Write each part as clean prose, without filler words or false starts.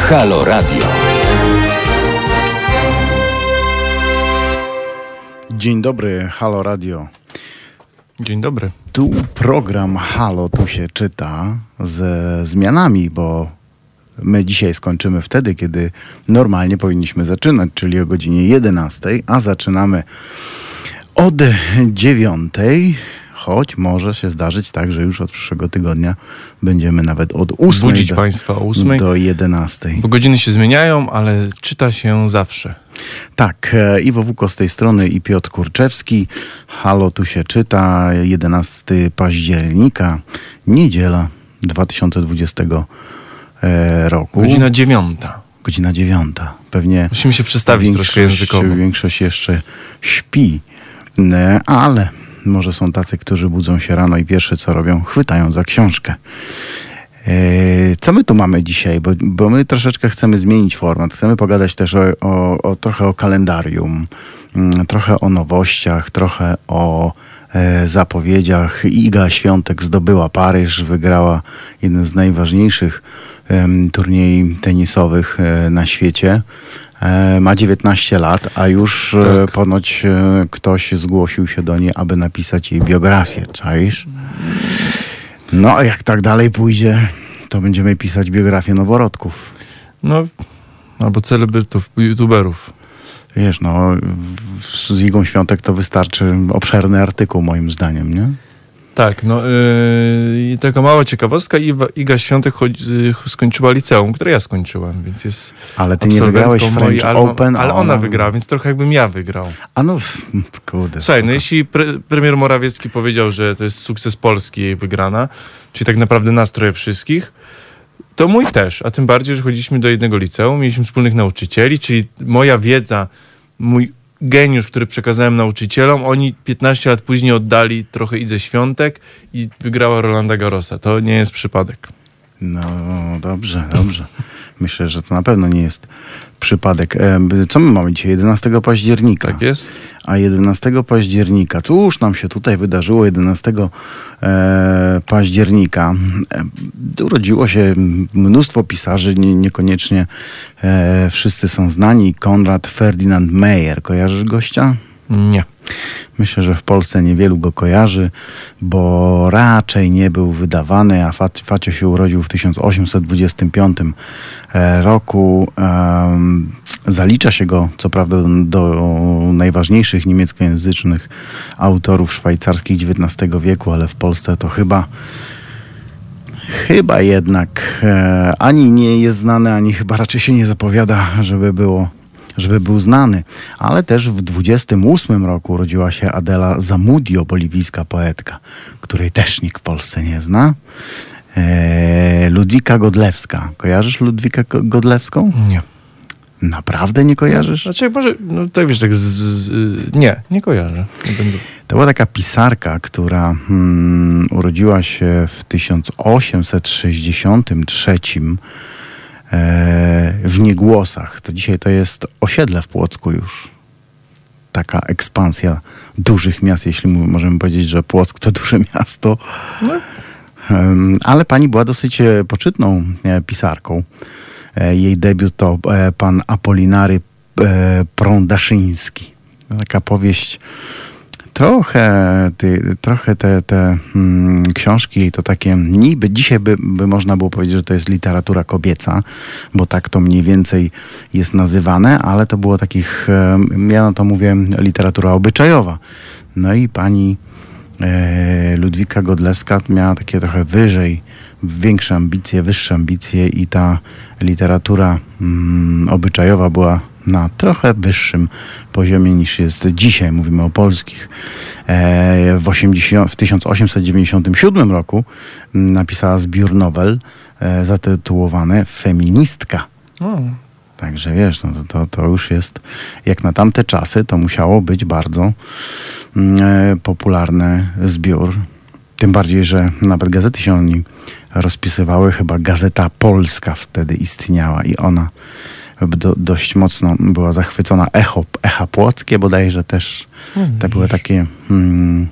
Halo Radio. Dzień dobry, Halo Radio. Dzień dobry. Tu program Halo, tu się czyta ze zmianami, bo my dzisiaj skończymy wtedy, kiedy normalnie powinniśmy zaczynać, czyli o godzinie 11, a zaczynamy od 9, choć może się zdarzyć tak, że już od przyszłego tygodnia będziemy nawet od 8 budzić Państwa o 8 do 11. Bo godziny się zmieniają, ale czyta się zawsze. Tak, Iwo Wuko z tej strony i Piotr Kurczewski. Halo, tu się czyta. 11 października, niedziela 2020 roku. Godzina 9. Godzina 9. Pewnie musimy się przestawić troszkę językowo. Większość jeszcze śpi, ale może są tacy, którzy budzą się rano i pierwsze co robią, chwytają za książkę. Co my tu mamy dzisiaj? Bo my troszeczkę chcemy zmienić format. Chcemy pogadać też trochę o kalendarium, trochę o nowościach, trochę o zapowiedziach. Iga Świątek zdobyła Paryż, wygrała jeden z najważniejszych turniejów tenisowych na świecie. Ma 19 lat, a już tak. Ponoć ktoś zgłosił się do niej, aby napisać jej biografię. Czaisz? No, a jak tak dalej pójdzie, to będziemy pisać biografię noworodków. No, albo celebrytów, youtuberów. Wiesz, no, z Igą Świątek to wystarczy obszerny artykuł, moim zdaniem, nie? Tak, no i taka mała ciekawostka, Iga Świątek skończyła liceum, które ja skończyłem, więc jest. Ale ty nie wygrałeś French Open. Ale ona wygrała, więc trochę jakbym ja wygrał. A no, kurde. Słuchaj, no jeśli premier Morawiecki powiedział, że to jest sukces Polski jej wygrana, czyli tak naprawdę nastroje wszystkich, to mój też, a tym bardziej, że chodziliśmy do jednego liceum, mieliśmy wspólnych nauczycieli, czyli moja wiedza, mój geniusz, który przekazałem nauczycielom, oni 15 lat później oddali trochę Idze Świątek i wygrała Rolanda Garrosa. To nie jest przypadek. No, dobrze. Myślę, że to na pewno nie jest przypadek. Co my mamy dzisiaj? 11 października. Tak jest. A 11 października, cóż nam się tutaj wydarzyło 11 października? Urodziło się mnóstwo pisarzy, niekoniecznie wszyscy są znani. Konrad Ferdynand Meyer. Kojarzysz gościa? Nie. Myślę, że w Polsce niewielu go kojarzy, bo raczej nie był wydawany, a Facio się urodził w 1825 roku. Zalicza się go, co prawda, do najważniejszych niemieckojęzycznych autorów szwajcarskich XIX wieku, ale w Polsce to chyba jednak ani nie jest znany, ani chyba raczej się nie zapowiada, żeby był znany. Ale też w 28 roku urodziła się Adela Zamudio, boliwijska poetka, której też nikt w Polsce nie zna. Ludwika Godlewska. Kojarzysz Ludwikę Godlewską? Nie. Naprawdę nie kojarzysz? Znaczy, może, no to wiesz, tak nie kojarzę. Nie będę. To była taka pisarka, która urodziła się w 1863 w Niegłosach. To dzisiaj to jest osiedle w Płocku już. Taka ekspansja dużych miast, jeśli możemy powiedzieć, że Płock to duże miasto. No. Ale pani była dosyć poczytną pisarką. Jej debiut to pan Apolinary Prądaszyński. Taka powieść. Trochę te książki to takie niby, dzisiaj by można było powiedzieć, że to jest literatura kobieca, bo tak to mniej więcej jest nazywane, ale to było takich, ja na to mówię, literatura obyczajowa. No i pani Ludwika Godlewska miała takie trochę większe ambicje, wyższe ambicje i ta literatura obyczajowa była na trochę wyższym poziomie niż jest dzisiaj. Mówimy o polskich. W 1897 roku napisała zbiór nowel zatytułowany Feministka. Także wiesz, no to już jest, jak na tamte czasy, to musiało być bardzo popularny zbiór. Tym bardziej, że nawet gazety się o nim rozpisywały. Chyba Gazeta Polska wtedy istniała i ona dość mocno była zachwycona. Echa Płockie bodajże też. To były takie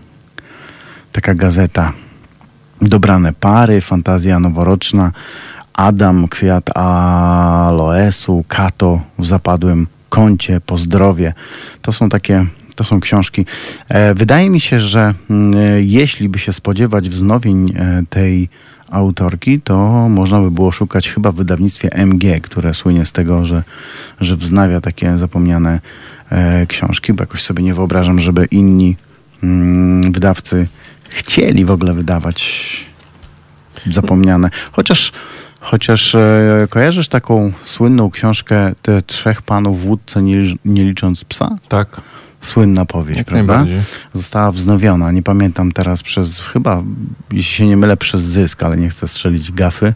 taka gazeta Dobrane pary, Fantazja noworoczna, Adam, kwiat aloesu, Kato w zapadłym kącie, Pozdrowie. To są książki. Wydaje mi się, że jeśli by się spodziewać wznowień tej autorki, to można by było szukać chyba w wydawnictwie MG, które słynie z tego, że wznawia takie zapomniane książki, bo jakoś sobie nie wyobrażam, żeby inni wydawcy chcieli w ogóle wydawać zapomniane. Chociaż kojarzysz taką słynną książkę Te trzech panów w łódce, nie licząc psa? Tak. Słynna powieść, Jak prawda? najbardziej. Została wznowiona. Nie pamiętam teraz chyba, jeśli się nie mylę, przez Zysk, ale nie chcę strzelić gafy,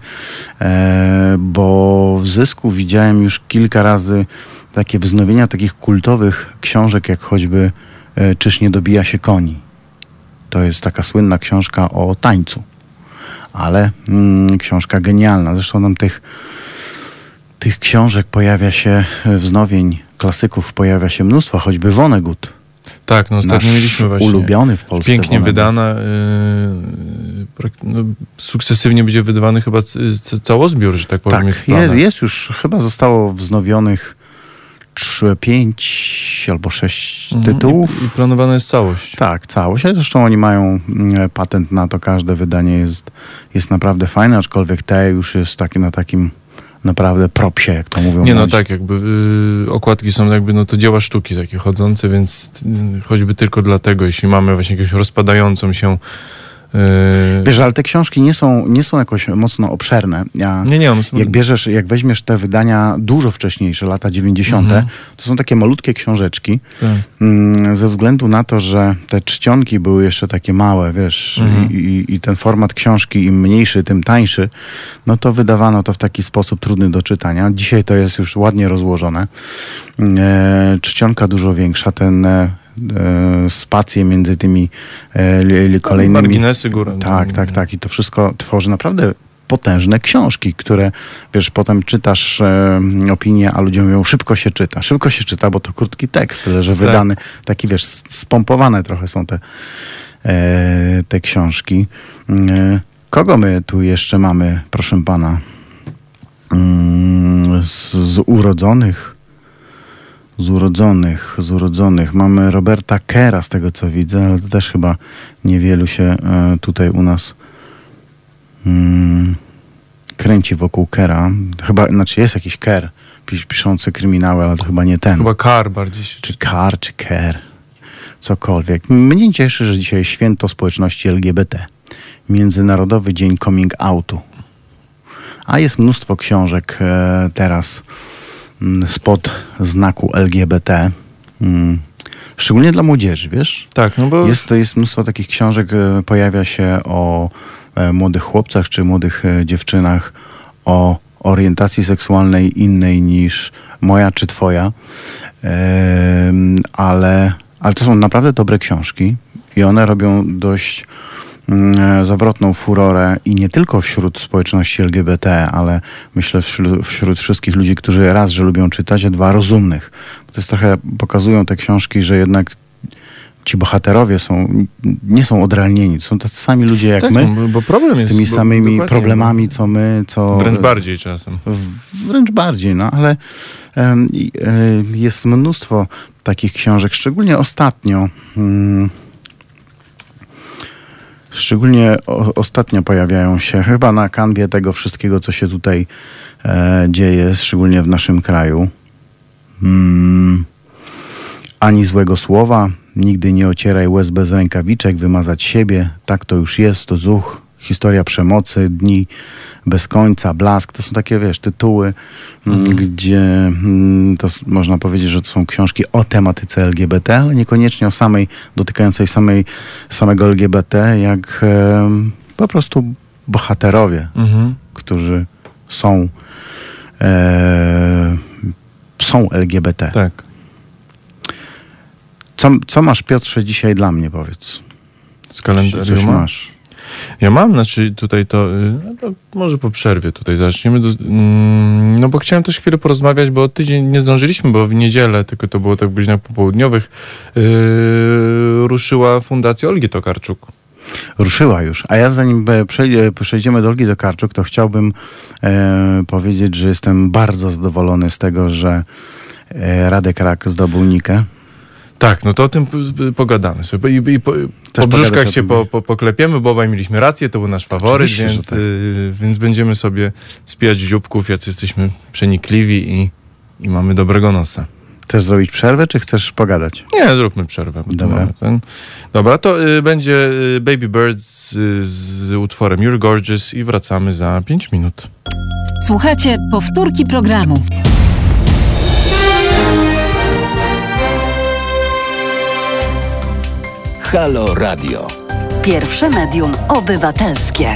bo w Zysku widziałem już kilka razy takie wznowienia takich kultowych książek, jak choćby Czyż nie dobija się koni. To jest taka słynna książka o tańcu, ale książka genialna. Zresztą nam tych książek pojawia się, wznowień klasyków pojawia się mnóstwo, choćby Vonnegut. Tak, no ostatnio Nasz mieliśmy właśnie ulubiony w Polsce pięknie Vonnegut. wydana, sukcesywnie będzie wydawany chyba całozbiór, że tak powiem. Tak, jest już, chyba zostało wznowionych 5 albo 6 tytułów. I planowana jest całość. Tak, całość. Ale zresztą oni mają patent na to. Każde wydanie jest naprawdę fajne, aczkolwiek te już jest na takim naprawdę propsie, jak to mówią. Nie, no młodzi. tak, jakby okładki są jakby, no to dzieła sztuki takie chodzące, więc choćby tylko dlatego, jeśli mamy właśnie jakąś rozpadającą się... Wiesz, ale te książki nie są jakoś mocno obszerne. Nie, one są... Jak weźmiesz te wydania dużo wcześniejsze, lata 90., to są takie malutkie książeczki. Tak. Ze względu na to, że te czcionki były jeszcze takie małe, wiesz, i ten format książki im mniejszy, tym tańszy, no to wydawano to w taki sposób trudny do czytania. Dzisiaj to jest już ładnie rozłożone. Czcionka dużo większa, ten spacje między tymi kolejnymi... Marginesy, góra. Tak. I to wszystko tworzy naprawdę potężne książki, które, wiesz, potem czytasz opinie, a ludzie mówią, szybko się czyta, bo to krótki tekst, tyle że wydany, taki, wiesz, spompowane trochę są te książki. Kogo my tu jeszcze mamy, proszę pana, z urodzonych? Z urodzonych. Mamy Roberta Kera, z tego co widzę, ale to też chyba niewielu się tutaj u nas kręci wokół Kera. Chyba, jest jakiś Ker piszący kryminały, ale to chyba nie ten. Chyba Kar bardziej się Czy Kar, czy Ker. Cokolwiek. Mnie cieszy, że dzisiaj święto społeczności LGBT. Międzynarodowy Dzień Coming Outu. A jest mnóstwo książek teraz spod znaku LGBT. Szczególnie dla młodzieży, wiesz? Tak, no bo... Jest mnóstwo takich książek, pojawia się o młodych chłopcach czy młodych dziewczynach, o orientacji seksualnej innej niż moja czy twoja. Ale to są naprawdę dobre książki i one robią dość zawrotną furorę i nie tylko wśród społeczności LGBT, ale myślę wśród wszystkich ludzi, którzy raz, że lubią czytać, a dwa, rozumnych. To jest trochę, pokazują te książki, że jednak ci bohaterowie nie są odrealnieni. To są tacy sami ludzie jak tak, my, bo problem z jest, tymi samymi dokładnie, problemami, co my. Wręcz bardziej czasem. Wręcz bardziej, no ale jest mnóstwo takich książek, szczególnie ostatnio. Ostatnio pojawiają się chyba na kanwie tego wszystkiego, co się tutaj dzieje, szczególnie w naszym kraju. Ani złego słowa, nigdy nie ocieraj łez bez rękawiczek, wymazać siebie, tak to już jest, to zuch, historia przemocy, dni bez końca, blask. To są takie, wiesz, tytuły, gdzie to można powiedzieć, że to są książki o tematyce LGBT, ale niekoniecznie o dotykającej samego LGBT, jak po prostu bohaterowie, którzy są LGBT. Tak. Co masz, Piotrze, dzisiaj dla mnie, powiedz? Z kalendarium Coś masz? Ja mam, tutaj to może po przerwie tutaj zaczniemy. No bo chciałem też chwilę porozmawiać, bo tydzień nie zdążyliśmy, bo w niedzielę, tylko to było tak w godzinach popołudniowych, ruszyła Fundacja Olgi Tokarczuk. Ruszyła już. A ja zanim przejdziemy do Olgi Tokarczuk, to chciałbym powiedzieć, że jestem bardzo zadowolony z tego, że Radek Rak zdobył Nikę. Tak, no to o tym pogadamy sobie. I po brzuszkach się poklepiemy, bo obaj mieliśmy rację, to był nasz faworyt, więc, tak. Więc będziemy sobie spijać dzióbków, jacy jesteśmy przenikliwi i mamy dobrego nosa. Chcesz zrobić przerwę, czy chcesz pogadać? Nie, zróbmy przerwę. Dobra. Dobra, to będzie Baby Birds z utworem You're Gorgeous i wracamy za 5 minut. Słuchajcie, powtórki programu. Halo Radio. Pierwsze medium obywatelskie.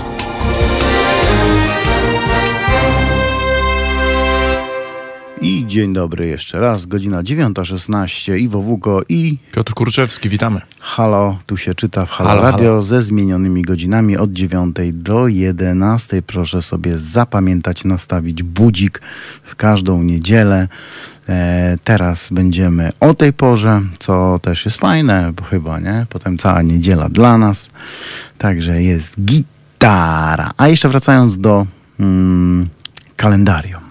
I dzień dobry jeszcze raz, godzina 9:16, Iwo Wuko i Piotr Kurczewski, witamy. Halo, tu się czyta w Halo Radio ze zmienionymi godzinami od 9 do 11. Proszę sobie zapamiętać, nastawić budzik w każdą niedzielę. Teraz będziemy o tej porze, co też jest fajne, bo chyba, nie? Potem cała niedziela dla nas. Także jest gitara. A jeszcze wracając do kalendarium.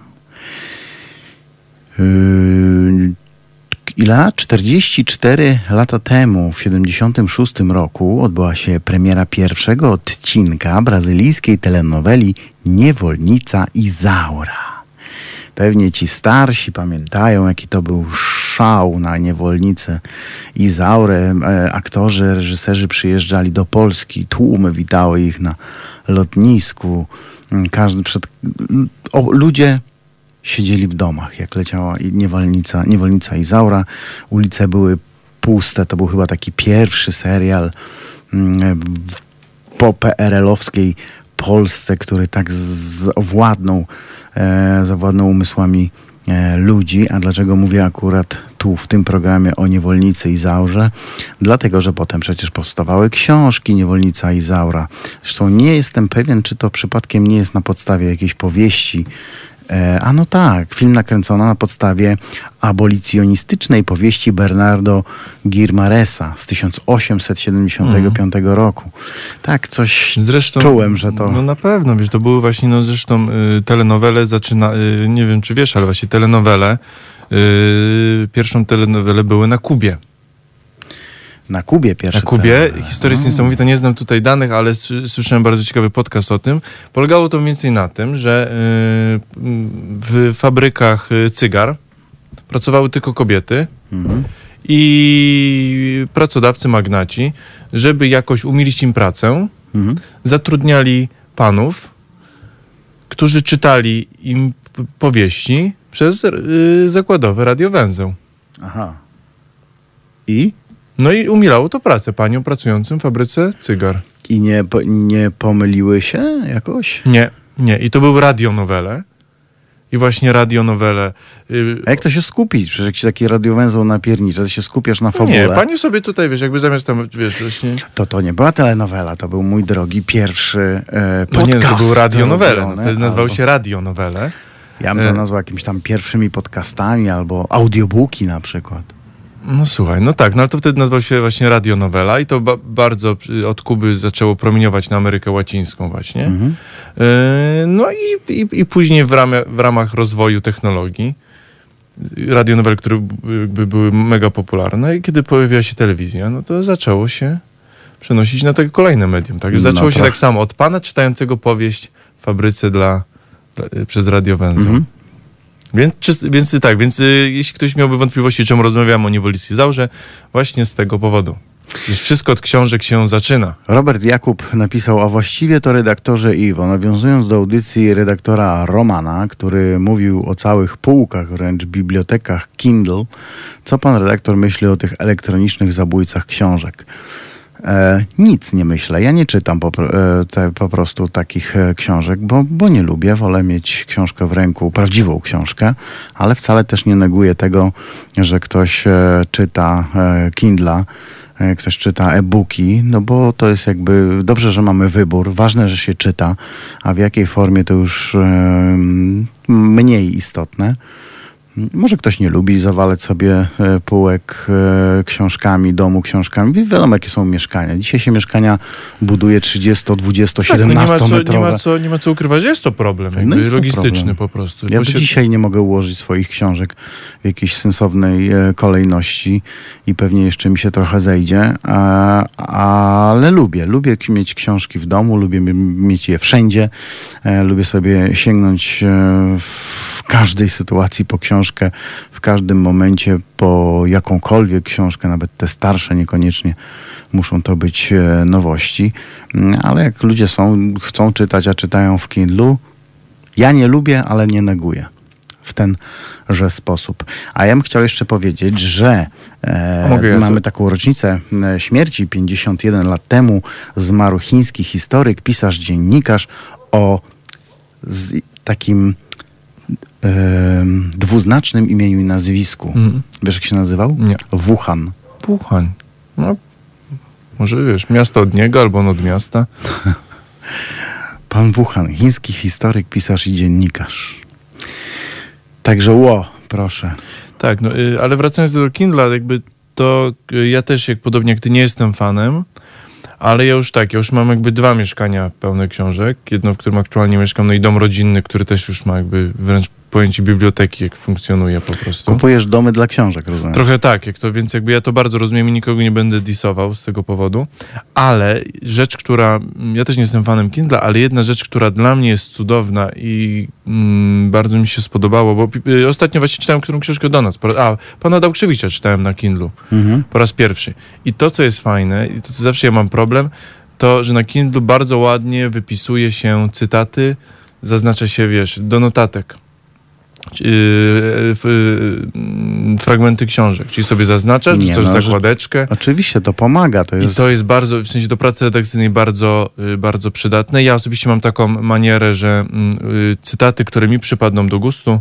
Ile? 44 lata temu, w 76 roku, odbyła się premiera pierwszego odcinka brazylijskiej telenoweli Niewolnica Izaura. Pewnie ci starsi pamiętają, jaki to był szał na Niewolnicę Izaurę. Aktorzy, reżyserzy przyjeżdżali do Polski, tłumy witały ich na lotnisku. Ludzie siedzieli w domach, jak leciała Niewolnica Izaura. Ulice były puste. To był chyba taki pierwszy serial po PRL-owskiej Polsce, który tak zawładnął umysłami ludzi. A dlaczego mówię akurat tu w tym programie o Niewolnicy Izaurze? Dlatego, że potem przecież powstawały książki Niewolnica Izaura. Zresztą nie jestem pewien, czy to przypadkiem nie jest na podstawie jakiejś powieści. A no tak, film nakręcono na podstawie abolicjonistycznej powieści Bernardo Guimarãesa z 1875 roku. Tak, coś zresztą czułem, że to... No na pewno, wiesz, to były właśnie, zresztą telenowele nie wiem, czy wiesz, ale właśnie telenowele, pierwszą telenowelę były na Kubie. Na Kubie pierwsze. Na Kubie. Historia jest niesamowita. Nie znam tutaj danych, ale słyszałem bardzo ciekawy podcast o tym. Polegało to mniej więcej na tym, że w fabrykach cygar pracowały tylko kobiety i pracodawcy, magnaci, żeby jakoś umilić im pracę, zatrudniali panów, którzy czytali im powieści przez zakładowy radiowęzeł. Aha. I? No i umilało to pracę paniom pracującym w fabryce cygar. I nie pomyliły się jakoś? Nie. I to były radionowele. I właśnie radionowele... A jak to się skupić? Przecież jak się taki radiowęzeł napiernicza, to się skupiasz na fabule. Nie, pani sobie tutaj, wiesz, jakby zamiast tam, wiesz, właśnie... To nie była telenowela, to był, mój drogi, pierwszy podcast. To był radionowele. Wtedy nazywał się radionowele. Ja bym to nazwał jakimiś tam pierwszymi podcastami albo audiobooki na przykład. No słuchaj, no tak, no ale to wtedy nazywał się właśnie radionowela i to bardzo od Kuby zaczęło promieniować na Amerykę Łacińską właśnie. No i później w ramach rozwoju technologii radionowele, które były mega popularne i kiedy pojawiła się telewizja, no to zaczęło się przenosić na takie kolejne medium. Tak? Zaczęło się tak samo od pana czytającego powieść w fabryce przez radiowęzeł. Więc jeśli ktoś miałby wątpliwości, czemu rozmawiamy o Niewolnicy Izaurze, właśnie z tego powodu. Już wszystko od książek się zaczyna. Robert Jakub napisał, a właściwie to redaktorze Iwo, nawiązując do audycji redaktora Romana, który mówił o całych półkach, wręcz bibliotekach Kindle, co pan redaktor myśli o tych elektronicznych zabójcach książek? Nic nie myślę. Ja nie czytam po prostu takich książek, bo nie lubię. Wolę mieć książkę w ręku, prawdziwą książkę, ale wcale też nie neguję tego, że ktoś czyta Kindla, ktoś czyta e-booki, no bo to jest jakby dobrze, że mamy wybór. Ważne, że się czyta, a w jakiej formie to już mniej istotne. Może ktoś nie lubi zawalać sobie półek książkami, domu książkami. Wiadomo, jakie są mieszkania. Dzisiaj się mieszkania buduje 30, 20, 17 metrowe. Nie ma co ukrywać, jest to problem, jakby jest to logistyczny problem. po prostu. Ja do dzisiaj nie mogę ułożyć swoich książek w jakiejś sensownej kolejności i pewnie jeszcze mi się trochę zejdzie, ale lubię mieć książki w domu, lubię mieć je wszędzie, lubię sobie sięgnąć w każdej sytuacji po książkę, w każdym momencie po jakąkolwiek książkę, nawet te starsze niekoniecznie muszą to być nowości, ale jak ludzie chcą czytać, a czytają w Kindlu, ja nie lubię, ale nie neguję w tenże sposób. A ja bym chciał jeszcze powiedzieć, że mamy taką rocznicę śmierci. 51 lat temu zmarł chiński historyk, pisarz, dziennikarz o takim dwuznacznym imieniu i nazwisku. Wiesz, jak się nazywał? Nie. Wuhan. Wuhan. No, może wiesz, miasto od niego albo on od miasta. Pan Wuhan, chiński historyk, pisarz i dziennikarz. Także proszę. Tak, no, ale wracając do Kindla, jakby to ja też, podobnie jak ty, nie jestem fanem, ale ja już mam jakby 2 mieszkania pełne książek. Jedno, w którym aktualnie mieszkam, no i dom rodzinny, który też już ma jakby wręcz pojęcie biblioteki, jak funkcjonuje po prostu. Kupujesz domy dla książek, rozumiem. Trochę tak, więc jakby ja to bardzo rozumiem i nikogo nie będę disował z tego powodu, ale rzecz, ja też nie jestem fanem Kindla, ale jedna rzecz, która dla mnie jest cudowna i bardzo mi się spodobało, bo ostatnio właśnie czytałem którą książkę do nas. Pana Dałkrzewicza czytałem na Kindlu po raz pierwszy. I to, co jest fajne, i to, co zawsze ja mam problem, to, że na Kindlu bardzo ładnie wypisuje się cytaty, zaznacza się, do notatek. Fragmenty książek, czyli sobie zaznaczasz, coś w zakładeczkę. Oczywiście, to pomaga. I to jest bardzo, w sensie do pracy redakcyjnej bardzo, bardzo przydatne. Ja osobiście mam taką manierę, że cytaty, które mi przypadną do gustu,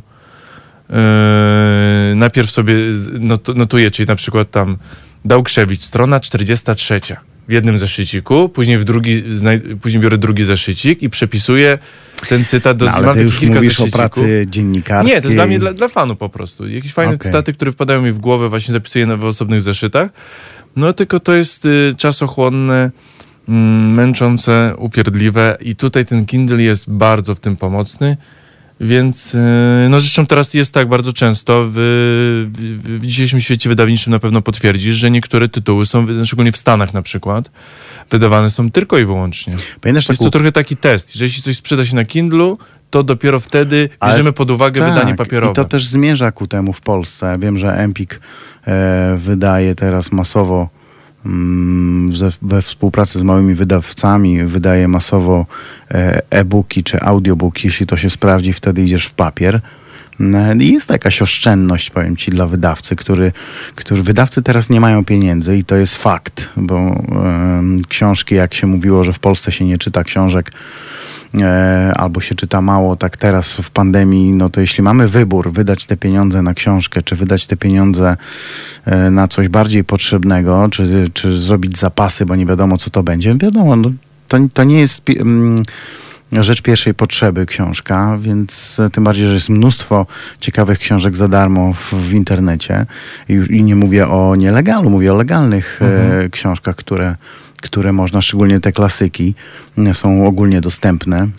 najpierw sobie notuję, czyli na przykład tam Dałkrzewicz, strona 43 w jednym zeszyciku, później później biorę drugi zeszycik i przepisuję ten cytat do ale ty już mówisz o pracy dziennikarskiej. Nie, to jest dla mnie, dla fanu po prostu. Jakieś fajne cytaty, które wpadają mi w głowę, właśnie zapisuję w osobnych zeszytach. No tylko to jest czasochłonne, męczące, upierdliwe i tutaj ten Kindle jest bardzo w tym pomocny. Więc, zresztą teraz jest tak bardzo często, w dzisiejszym świecie wydawniczym na pewno potwierdzisz, że niektóre tytuły są, szczególnie w Stanach na przykład, wydawane są tylko i wyłącznie. Jest to trochę taki test, że jeśli coś sprzeda się na Kindlu, to dopiero wtedy bierzemy pod uwagę wydanie papierowe. I to też zmierza ku temu w Polsce. Wiem, że Empik wydaje teraz masowo we współpracy z małymi wydawcami wydaje masowo e-booki czy audiobooki. Jeśli to się sprawdzi, wtedy idziesz w papier. Jest jakaś oszczędność, powiem ci, dla wydawcy, wydawcy teraz nie mają pieniędzy i to jest fakt, bo książki, jak się mówiło, że w Polsce się nie czyta książek, albo się czyta mało, tak teraz w pandemii, no to jeśli mamy wybór, wydać te pieniądze na książkę, czy wydać te pieniądze na coś bardziej potrzebnego, czy zrobić zapasy, bo nie wiadomo, co to będzie. Wiadomo, no, to nie jest rzecz pierwszej potrzeby książka, więc tym bardziej, że jest mnóstwo ciekawych książek za darmo w internecie. I nie mówię o nielegalu, mówię o legalnych książkach, które można, szczególnie te klasyki, są ogólnie dostępne.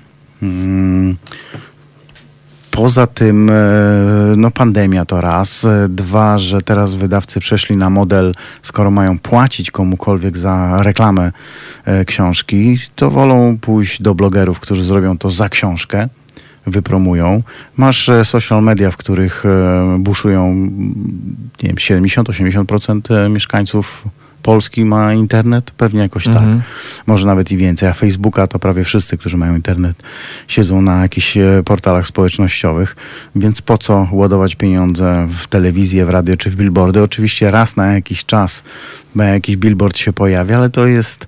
Poza tym, pandemia to raz. 2, że teraz wydawcy przeszli na model, skoro mają płacić komukolwiek za reklamę książki, to wolą pójść do blogerów, którzy zrobią to za książkę, wypromują. Masz social media, w których buszują, nie wiem, 70-80% mieszkańców Polski ma internet? Pewnie jakoś tak. Może nawet i więcej. A Facebooka to prawie wszyscy, którzy mają internet, siedzą na jakichś portalach społecznościowych. Więc po co ładować pieniądze w telewizję, w radio czy w billboardy? Oczywiście raz na jakiś czas jakiś billboard się pojawia, ale to jest...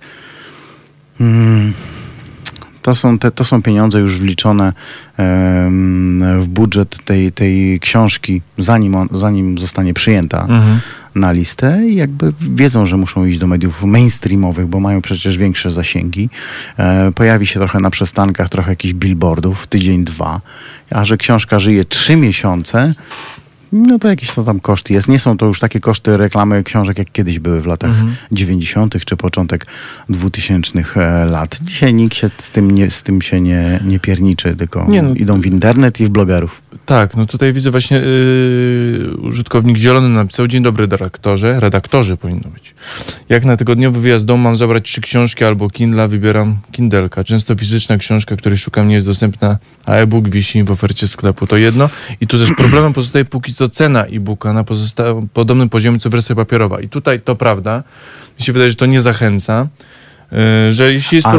To są pieniądze już wliczone w budżet tej książki, zanim zostanie przyjęta na listę i jakby wiedzą, że muszą iść do mediów mainstreamowych, bo mają przecież większe zasięgi. Pojawi się trochę na przestankach, trochę jakichś billboardów, tydzień, 2. A że książka żyje 3 miesiące, No to jakiś to tam koszt jest. Nie są to już takie koszty reklamy książek, jak kiedyś były w latach 90. czy początek 2000 lat. Dzisiaj nikt się z tym się nie pierniczy, tylko idą w internet i w blogerów. Tak, no tutaj widzę właśnie użytkownik Zielony napisał: dzień dobry redaktorzy powinno być. Jak na tygodniowy wyjazd do domu mam zabrać 3 książki albo Kindla, wybieram Kindelka. Często fizyczna książka, której szukam, nie jest dostępna, a e-book wisi w ofercie sklepu. To jedno. I tu też problemem pozostaje póki co cena e-booka na podobnym poziomie co wersja papierowa. I tutaj to prawda. Mi się wydaje, że to nie zachęca, że jeśli jest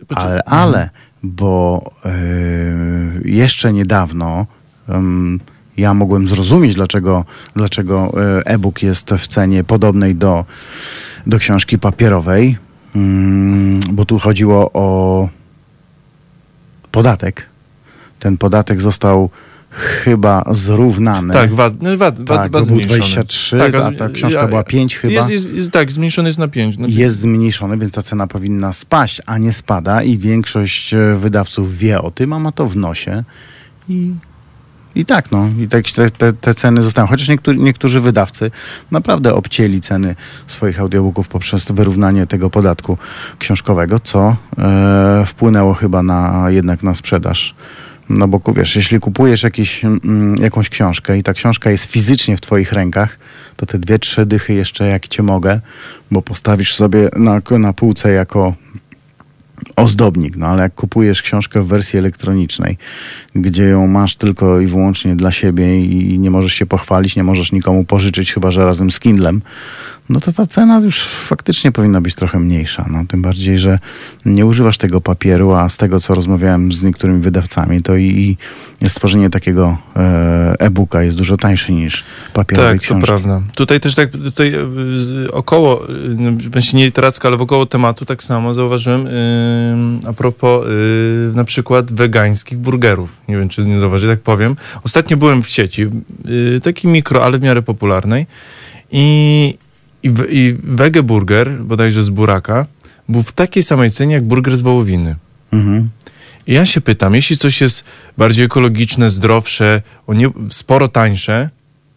bo jeszcze niedawno ja mogłem zrozumieć, dlaczego e-book jest w cenie podobnej do książki papierowej, bo tu chodziło o podatek. Ten podatek został chyba zrównany. Tak, VAT był 23, a ta książka była 5 chyba. Tak, zmniejszony jest na 5. Jest zmniejszony, więc ta cena powinna spaść, a nie spada i większość wydawców wie o tym, a ma to w nosie. I tak, te ceny zostają. Chociaż niektórzy wydawcy naprawdę obcięli ceny swoich audiobooków poprzez wyrównanie tego podatku książkowego, co wpłynęło chyba jednak na sprzedaż. No bo wiesz, jeśli kupujesz jakąś książkę i ta książka jest fizycznie w twoich rękach, to te 2-3 dychy jeszcze jak cię mogę, bo postawisz sobie na półce jako ozdobnik, no ale jak kupujesz książkę w wersji elektronicznej, gdzie ją masz tylko i wyłącznie dla siebie i nie możesz się pochwalić, nie możesz nikomu pożyczyć, chyba że razem z Kindlem, no to ta cena już faktycznie powinna być trochę mniejsza. No, tym bardziej, że nie używasz tego papieru, a z tego, co rozmawiałem z niektórymi wydawcami, to i stworzenie takiego e-booka jest dużo tańsze niż papierowej książki. Tak, to prawda. Tutaj też około, właśnie nie literacko, ale wokoło tematu tak samo zauważyłem a propos na przykład wegańskich burgerów. Nie wiem, czy nie zauważyli, tak powiem. Ostatnio byłem w sieci, takiej mikro, ale w miarę popularnej i wege burger, bodajże z buraka, był w takiej samej cenie jak burger z wołowiny. Mhm. I ja się pytam, jeśli coś jest bardziej ekologiczne, zdrowsze, sporo tańsze,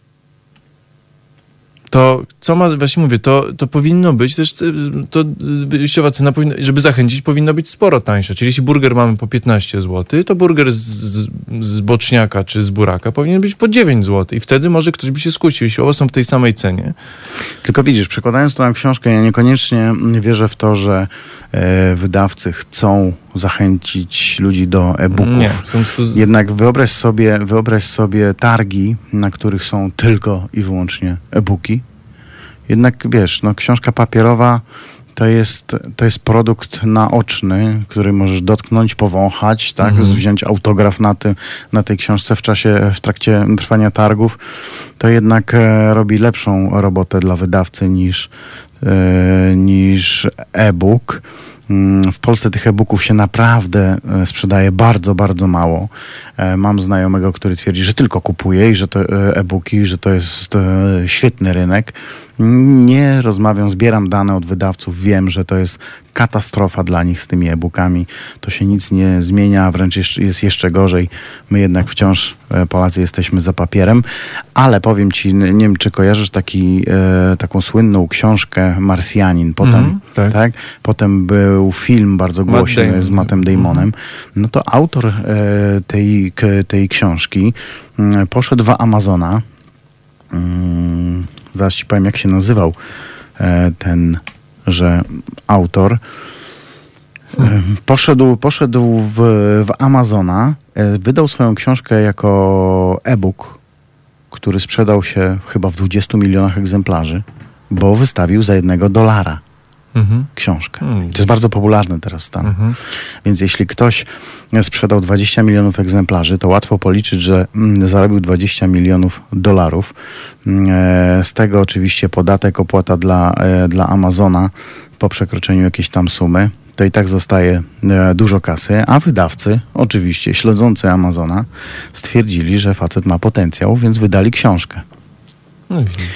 to co właśnie mówię, to powinno być też, to wyjściowa cena, żeby zachęcić, powinno być sporo tańsze. Czyli jeśli burger mamy po 15 zł, to burger z boczniaka czy z buraka powinien być po 9 zł. I wtedy może ktoś by się skusił, jeśli oba są w tej samej cenie. Tylko widzisz, przekładając to na książkę, ja niekoniecznie wierzę w to, że wydawcy chcą zachęcić ludzi do e-booków. Nie, Jednak wyobraź sobie targi, na których są tylko i wyłącznie e-booki. Jednak wiesz, książka papierowa to jest produkt naoczny, który możesz dotknąć, powąchać, tak? Wziąć autograf na tej książce w trakcie trwania targów. To jednak robi lepszą robotę dla wydawcy niż e-book. W Polsce tych e-booków się naprawdę sprzedaje bardzo, bardzo mało. Mam znajomego, który twierdzi, że tylko kupuje i że to e-booki, że to jest świetny rynek. Nie rozmawiam, zbieram dane od wydawców, wiem, że to jest katastrofa dla nich z tymi e-bookami. To się nic nie zmienia, wręcz jest jeszcze gorzej. My jednak wciąż, Polacy, jesteśmy za papierem, ale powiem ci, nie wiem, czy kojarzysz taką słynną książkę Marsjanin. Tak? Potem był film bardzo głośny z Mattem Damonem. No to autor tej książki poszedł w Amazona. Zaraz ci powiem, jak się nazywał tenże autor. Poszedł w Amazona, wydał swoją książkę jako e-book, który sprzedał się chyba w 20 milionach egzemplarzy, bo wystawił za $1 książkę. I to jest bardzo popularne teraz w Stanach. Więc jeśli ktoś sprzedał 20 milionów egzemplarzy, to łatwo policzyć, że zarobił $20 milionów. Z tego oczywiście podatek, opłata dla Amazona po przekroczeniu jakiejś tam sumy. To i tak zostaje dużo kasy, a wydawcy, oczywiście śledzący Amazona, stwierdzili, że facet ma potencjał, więc wydali książkę.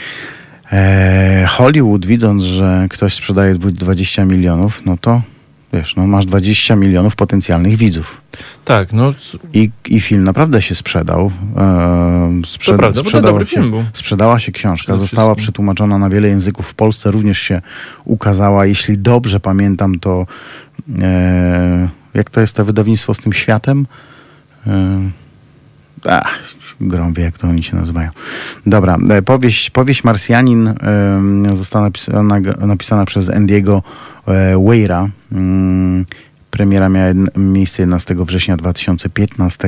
Hollywood, widząc, że ktoś sprzedaje 20 milionów, no to wiesz, no masz 20 milionów potencjalnych widzów. Tak, no. I film naprawdę się sprzedał. To prawda, bo to dobry film był. Sprzedała się książka, została przetłumaczona na wiele języków. W Polsce również się ukazała. Jeśli dobrze pamiętam, to jak to jest to wydawnictwo z tym światem? Grą wie, jak to oni się nazywają. Dobra, powieść Marsjanin została napisana przez Andiego Weira. Premiera miała miejsce 11 września 2015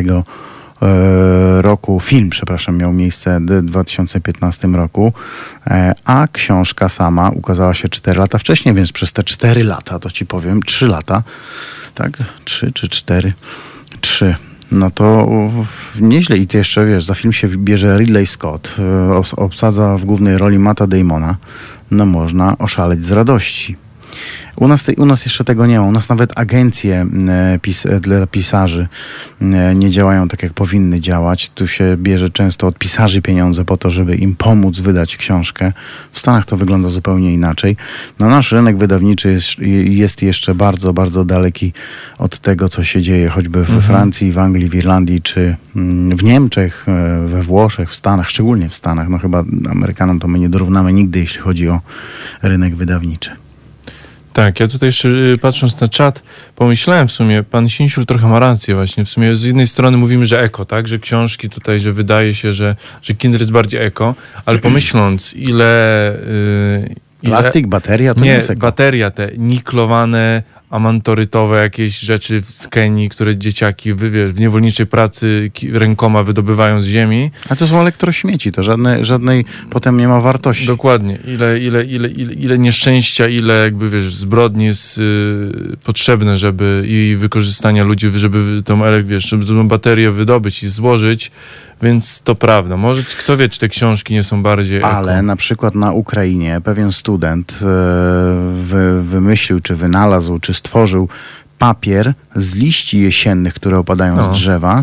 roku. Film, przepraszam, miał miejsce w 2015 roku, a książka sama ukazała się 4 lata wcześniej, więc przez te 4 lata, to ci powiem, 3 lata, tak? 3 czy 4? 3. No to nieźle. I ty jeszcze, wiesz, za film się bierze Ridley Scott, obsadza w głównej roli Matta Damona. No można oszaleć z radości. U nas jeszcze tego nie ma. U nas nawet agencje dla pisarzy nie działają tak, jak powinny działać. Tu się bierze często od pisarzy pieniądze po to, żeby im pomóc wydać książkę. W Stanach to wygląda zupełnie inaczej. No, nasz rynek wydawniczy jest jeszcze bardzo, bardzo daleki od tego, co się dzieje choćby we Francji, w Anglii, w Irlandii, czy w Niemczech, we Włoszech, w Stanach, szczególnie w Stanach. No chyba Amerykanom to my nie dorównamy nigdy, jeśli chodzi o rynek wydawniczy. Tak, ja tutaj jeszcze patrząc na czat, pomyślałem w sumie, pan Sinsiul trochę ma rację właśnie. W sumie z jednej strony mówimy, że eko, tak, że książki tutaj, że wydaje się, że Kindle jest bardziej eko, ale pomyśląc, ile plastik, bateria, to nie jest eko. Bateria, te niklowane, amantorytowe jakieś rzeczy z Kenii, które dzieciaki w niewolniczej pracy rękoma wydobywają z ziemi. A to są elektrośmieci, to żadnej potem nie ma wartości. Dokładnie. Ile nieszczęścia, ile jakby, wiesz, zbrodni jest potrzebne, żeby i wykorzystania ludzi, żeby tą baterię wydobyć i złożyć. Więc to prawda. Może kto wie, czy te książki nie są bardziej eko. Ale na przykład na Ukrainie pewien student wymyślił, czy wynalazł, czy stworzył papier z liści jesiennych, które opadają z drzewa.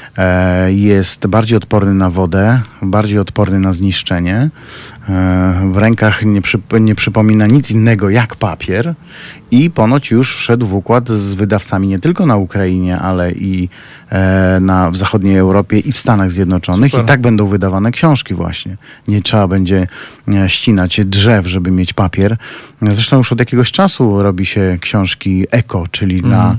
Jest bardziej odporny na wodę, bardziej odporny na zniszczenie. W rękach nie przypomina nic innego jak papier i ponoć już wszedł w układ z wydawcami nie tylko na Ukrainie, ale i w zachodniej Europie i w Stanach Zjednoczonych. Super. I tak będą wydawane książki właśnie. Nie trzeba będzie ścinać drzew, żeby mieć papier. Zresztą już od jakiegoś czasu robi się książki eko, czyli na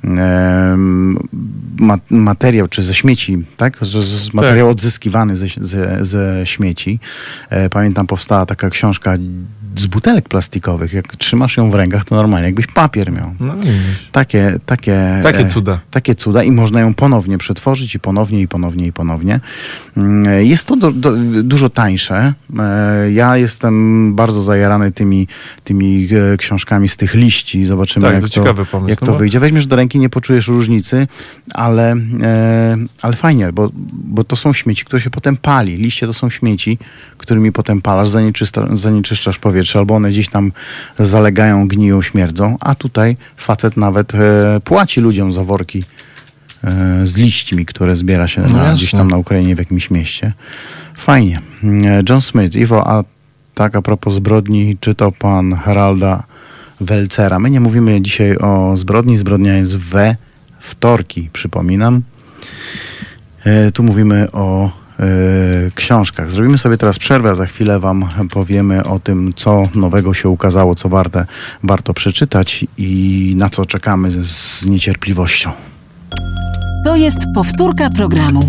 materiał, czy ze śmieci, tak? Z materiał odzyskiwany ze śmieci. Pamiętam, powstała taka książka z butelek plastikowych. Jak trzymasz ją w rękach, to normalnie jakbyś papier miał. No, takie cuda. Takie cuda i można ją ponownie przetworzyć i ponownie. Jest to dużo tańsze. Ja jestem bardzo zajarany tymi książkami z tych liści. Zobaczymy, jak to wyjdzie. Weźmiesz do ręki, nie poczujesz różnicy, ale fajnie, bo to są śmieci, które się potem pali. Liście to są śmieci, którymi potem palasz, zanieczyszczasz powietrze, albo one gdzieś tam zalegają, gniją, śmierdzą, a tutaj facet nawet płaci ludziom za worki z liśćmi, które zbiera się gdzieś tam na Ukrainie w jakimś mieście. Fajnie. John Smith, Iwo, a tak a propos zbrodni, czytał pan Haralda Welcera. My nie mówimy dzisiaj o zbrodni, zbrodnia jest we wtorki, przypominam. Tu mówimy o książkach. Zrobimy sobie teraz przerwę, a za chwilę wam powiemy o tym, co nowego się ukazało, co warto przeczytać i na co czekamy z niecierpliwością. To jest powtórka programu.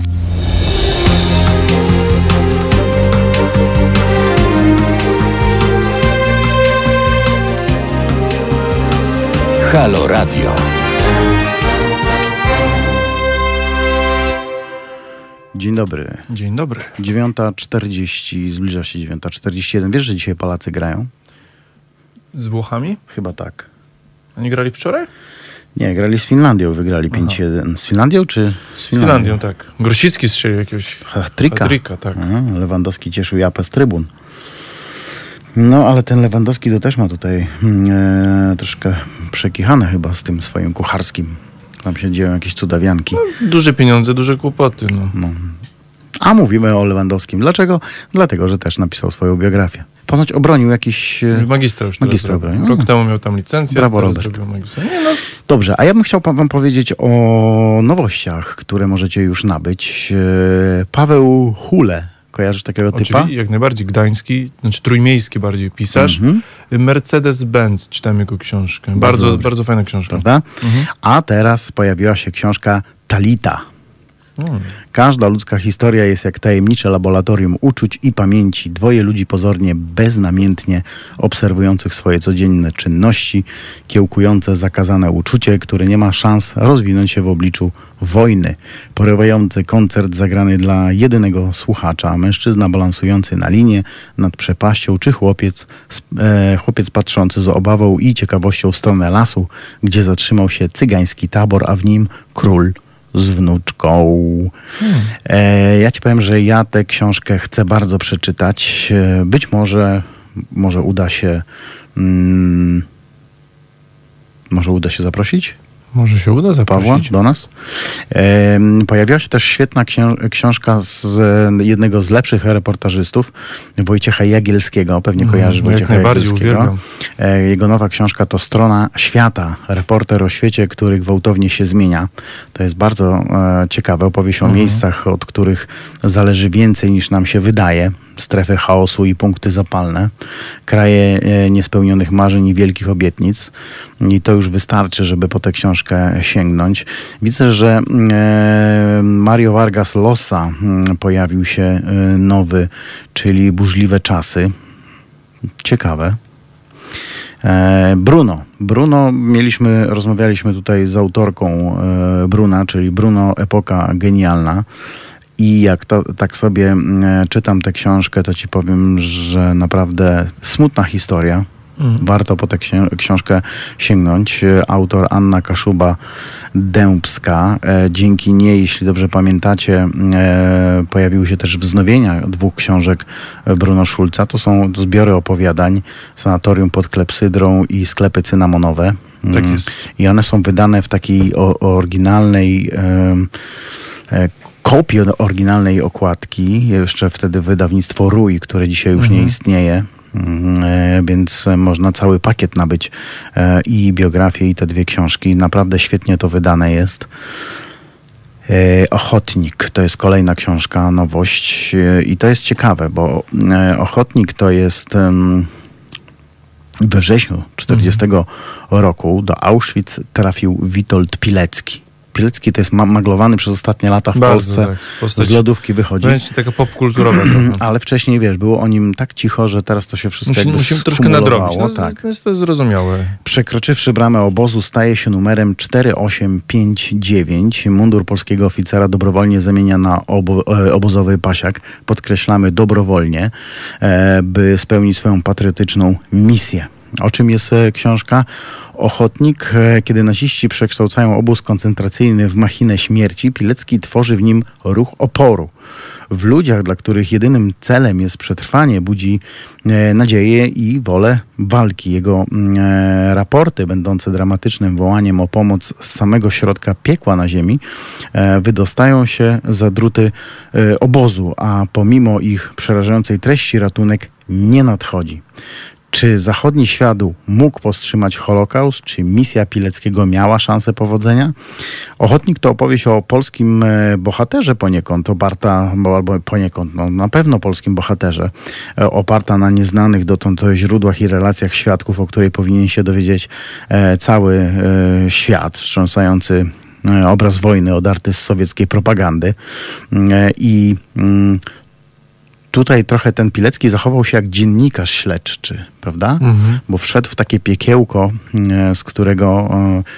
Halo Radio. Dzień dobry. Dzień dobry. 9:40, zbliża się 9:41. Wiesz, że dzisiaj Polacy grają? Z Włochami? Chyba tak. Oni grali wczoraj? Nie, grali z Finlandią, wygrali 5-1. Z Finlandią czy z Finlandią? Z Finlandią, tak. Grosicki strzelił jakiegoś hat-tricka, tak. Lewandowski cieszył japę z trybun. No, ale ten Lewandowski to też ma tutaj troszkę przekichane chyba z tym swoim kucharskim. Tam się dzieją jakieś cudawianki. No, duże pieniądze, duże kłopoty. No. A mówimy o Lewandowskim. Dlaczego? Dlatego, że też napisał swoją biografię. ponoć obronił jakiś... Magistra już Magistra obronił. Rok temu miał tam licencję. Brawo, teraz Robert. zrobił magistra. Nie, no, Dobrze, a ja bym chciał wam powiedzieć o nowościach, które możecie już nabyć. Paweł Hule. Kojarzysz takiego typa? oczywiście, jak najbardziej gdański, znaczy trójmiejski bardziej pisarz. Mercedes-Benz, czytam jego książkę. Bardzo, dobrze. bardzo fajna książka. Prawda? A teraz pojawiła się książka Talita. Mm. Każda ludzka historia jest jak tajemnicze laboratorium uczuć i pamięci. Dwoje ludzi pozornie beznamiętnie obserwujących swoje codzienne czynności, kiełkujące zakazane uczucie, które nie ma szans rozwinąć się w obliczu wojny. Porywający koncert zagrany dla jedynego słuchacza, mężczyzna balansujący na linie nad przepaścią, czy chłopiec patrzący z obawą i ciekawością w stronę lasu, gdzie zatrzymał się cygański tabor, a w nim król z wnuczką. Ja ci powiem, że ja tę książkę chcę bardzo przeczytać. Być może uda się może uda się zaprosić Może się uda Pawła zaprosić. do nas. Pojawiła się też świetna książka z jednego z lepszych reportażystów, Wojciecha Jagielskiego. Pewnie kojarzysz Jak Wojciecha najbardziej Jagielskiego. uwielbiam. Jego nowa książka to Strona Świata. Reporter o świecie, który gwałtownie się zmienia. To jest bardzo ciekawe. Opowieść o miejscach, od których zależy więcej niż nam się wydaje. Strefy chaosu i punkty zapalne. Kraje niespełnionych marzeń i wielkich obietnic. I to już wystarczy, żeby po tę książkę sięgnąć. Widzę, że Mario Vargas Llosa pojawił się nowy, czyli Burzliwe czasy. Ciekawe. Bruno, rozmawialiśmy tutaj z autorką Bruna, czyli Bruno Epoka Genialna. I jak tak sobie czytam tę książkę, to ci powiem, że naprawdę smutna historia. Warto po tę książkę sięgnąć. Autor Anna Kaszuba-Dębska. Dzięki niej, jeśli dobrze pamiętacie, pojawiły się też wznowienia dwóch książek Bruno Schulza. To są zbiory opowiadań Sanatorium pod Klepsydrą i Sklepy cynamonowe. Tak jest. I one są wydane w takiej oryginalnej kopii oryginalnej okładki. Jeszcze wtedy wydawnictwo Rój, które dzisiaj już nie istnieje. Więc można cały pakiet nabyć i biografię, i te dwie książki. Naprawdę świetnie to wydane jest. Ochotnik to jest kolejna książka, nowość i to jest ciekawe, bo Ochotnik to jest we wrześniu 40 roku do Auschwitz trafił Witold Pilecki. Pilecki to jest maglowany przez ostatnie lata w Bardzo, Polsce. tak. Postać Z lodówki wychodzi. wręcz taka popkulturowa trochę. Ale wcześniej, wiesz, było o nim tak cicho, że teraz to się wszystko jakby Musimy troszkę skumulowało. nadrobić. No, Tak. to jest zrozumiałe. Przekroczywszy bramę obozu, staje się numerem 4859. Mundur polskiego oficera dobrowolnie zamienia na obozowy pasiak. Podkreślamy dobrowolnie, by spełnić swoją patriotyczną misję. O czym jest książka? Ochotnik. Kiedy naziści przekształcają obóz koncentracyjny w machinę śmierci, Pilecki tworzy w nim ruch oporu. W ludziach, dla których jedynym celem jest przetrwanie, budzi nadzieję i wolę walki. Jego raporty, będące dramatycznym wołaniem o pomoc z samego środka piekła na ziemi, wydostają się za druty obozu, a pomimo ich przerażającej treści ratunek nie nadchodzi. Czy zachodni świat mógł powstrzymać Holokaust? Czy misja Pileckiego miała szansę powodzenia? Ochotnik to opowieść o polskim bohaterze poniekąd, na pewno polskim bohaterze, oparta na nieznanych dotąd źródłach i relacjach świadków, o której powinien się dowiedzieć cały świat, wstrząsający obraz wojny odarty z sowieckiej propagandy. I tutaj trochę ten Pilecki zachował się jak dziennikarz śledczy, prawda? Bo wszedł w takie piekiełko, z którego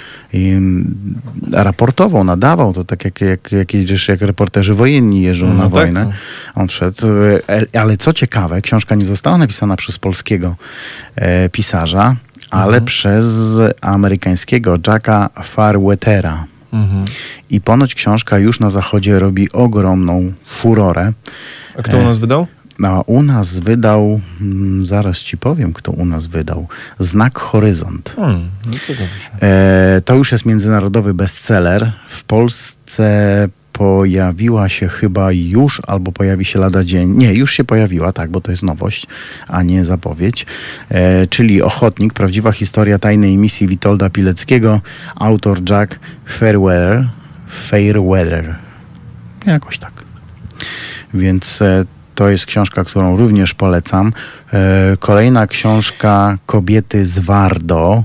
raportował, nadawał. To tak jak reporterzy wojenni jeżdżą na wojnę. Tak. On wszedł. Ale co ciekawe, książka nie została napisana przez polskiego pisarza, ale przez amerykańskiego Jacka Farwetera. I ponoć książka już na zachodzie robi ogromną furorę. A kto u nas wydał? A u nas wydał, zaraz ci powiem, kto u nas wydał. Znak Horyzont. No to dobrze. To już jest międzynarodowy bestseller. W Polsce pojawiła się chyba już, albo pojawi się lada dzień. Nie, już się pojawiła, tak, bo to jest nowość, a nie zapowiedź. Czyli Ochotnik, prawdziwa historia tajnej misji Witolda Pileckiego, autor Jack Fairweather. Jakoś tak. Więc to jest książka, którą również polecam. Kolejna książka Kobiety z Wardo.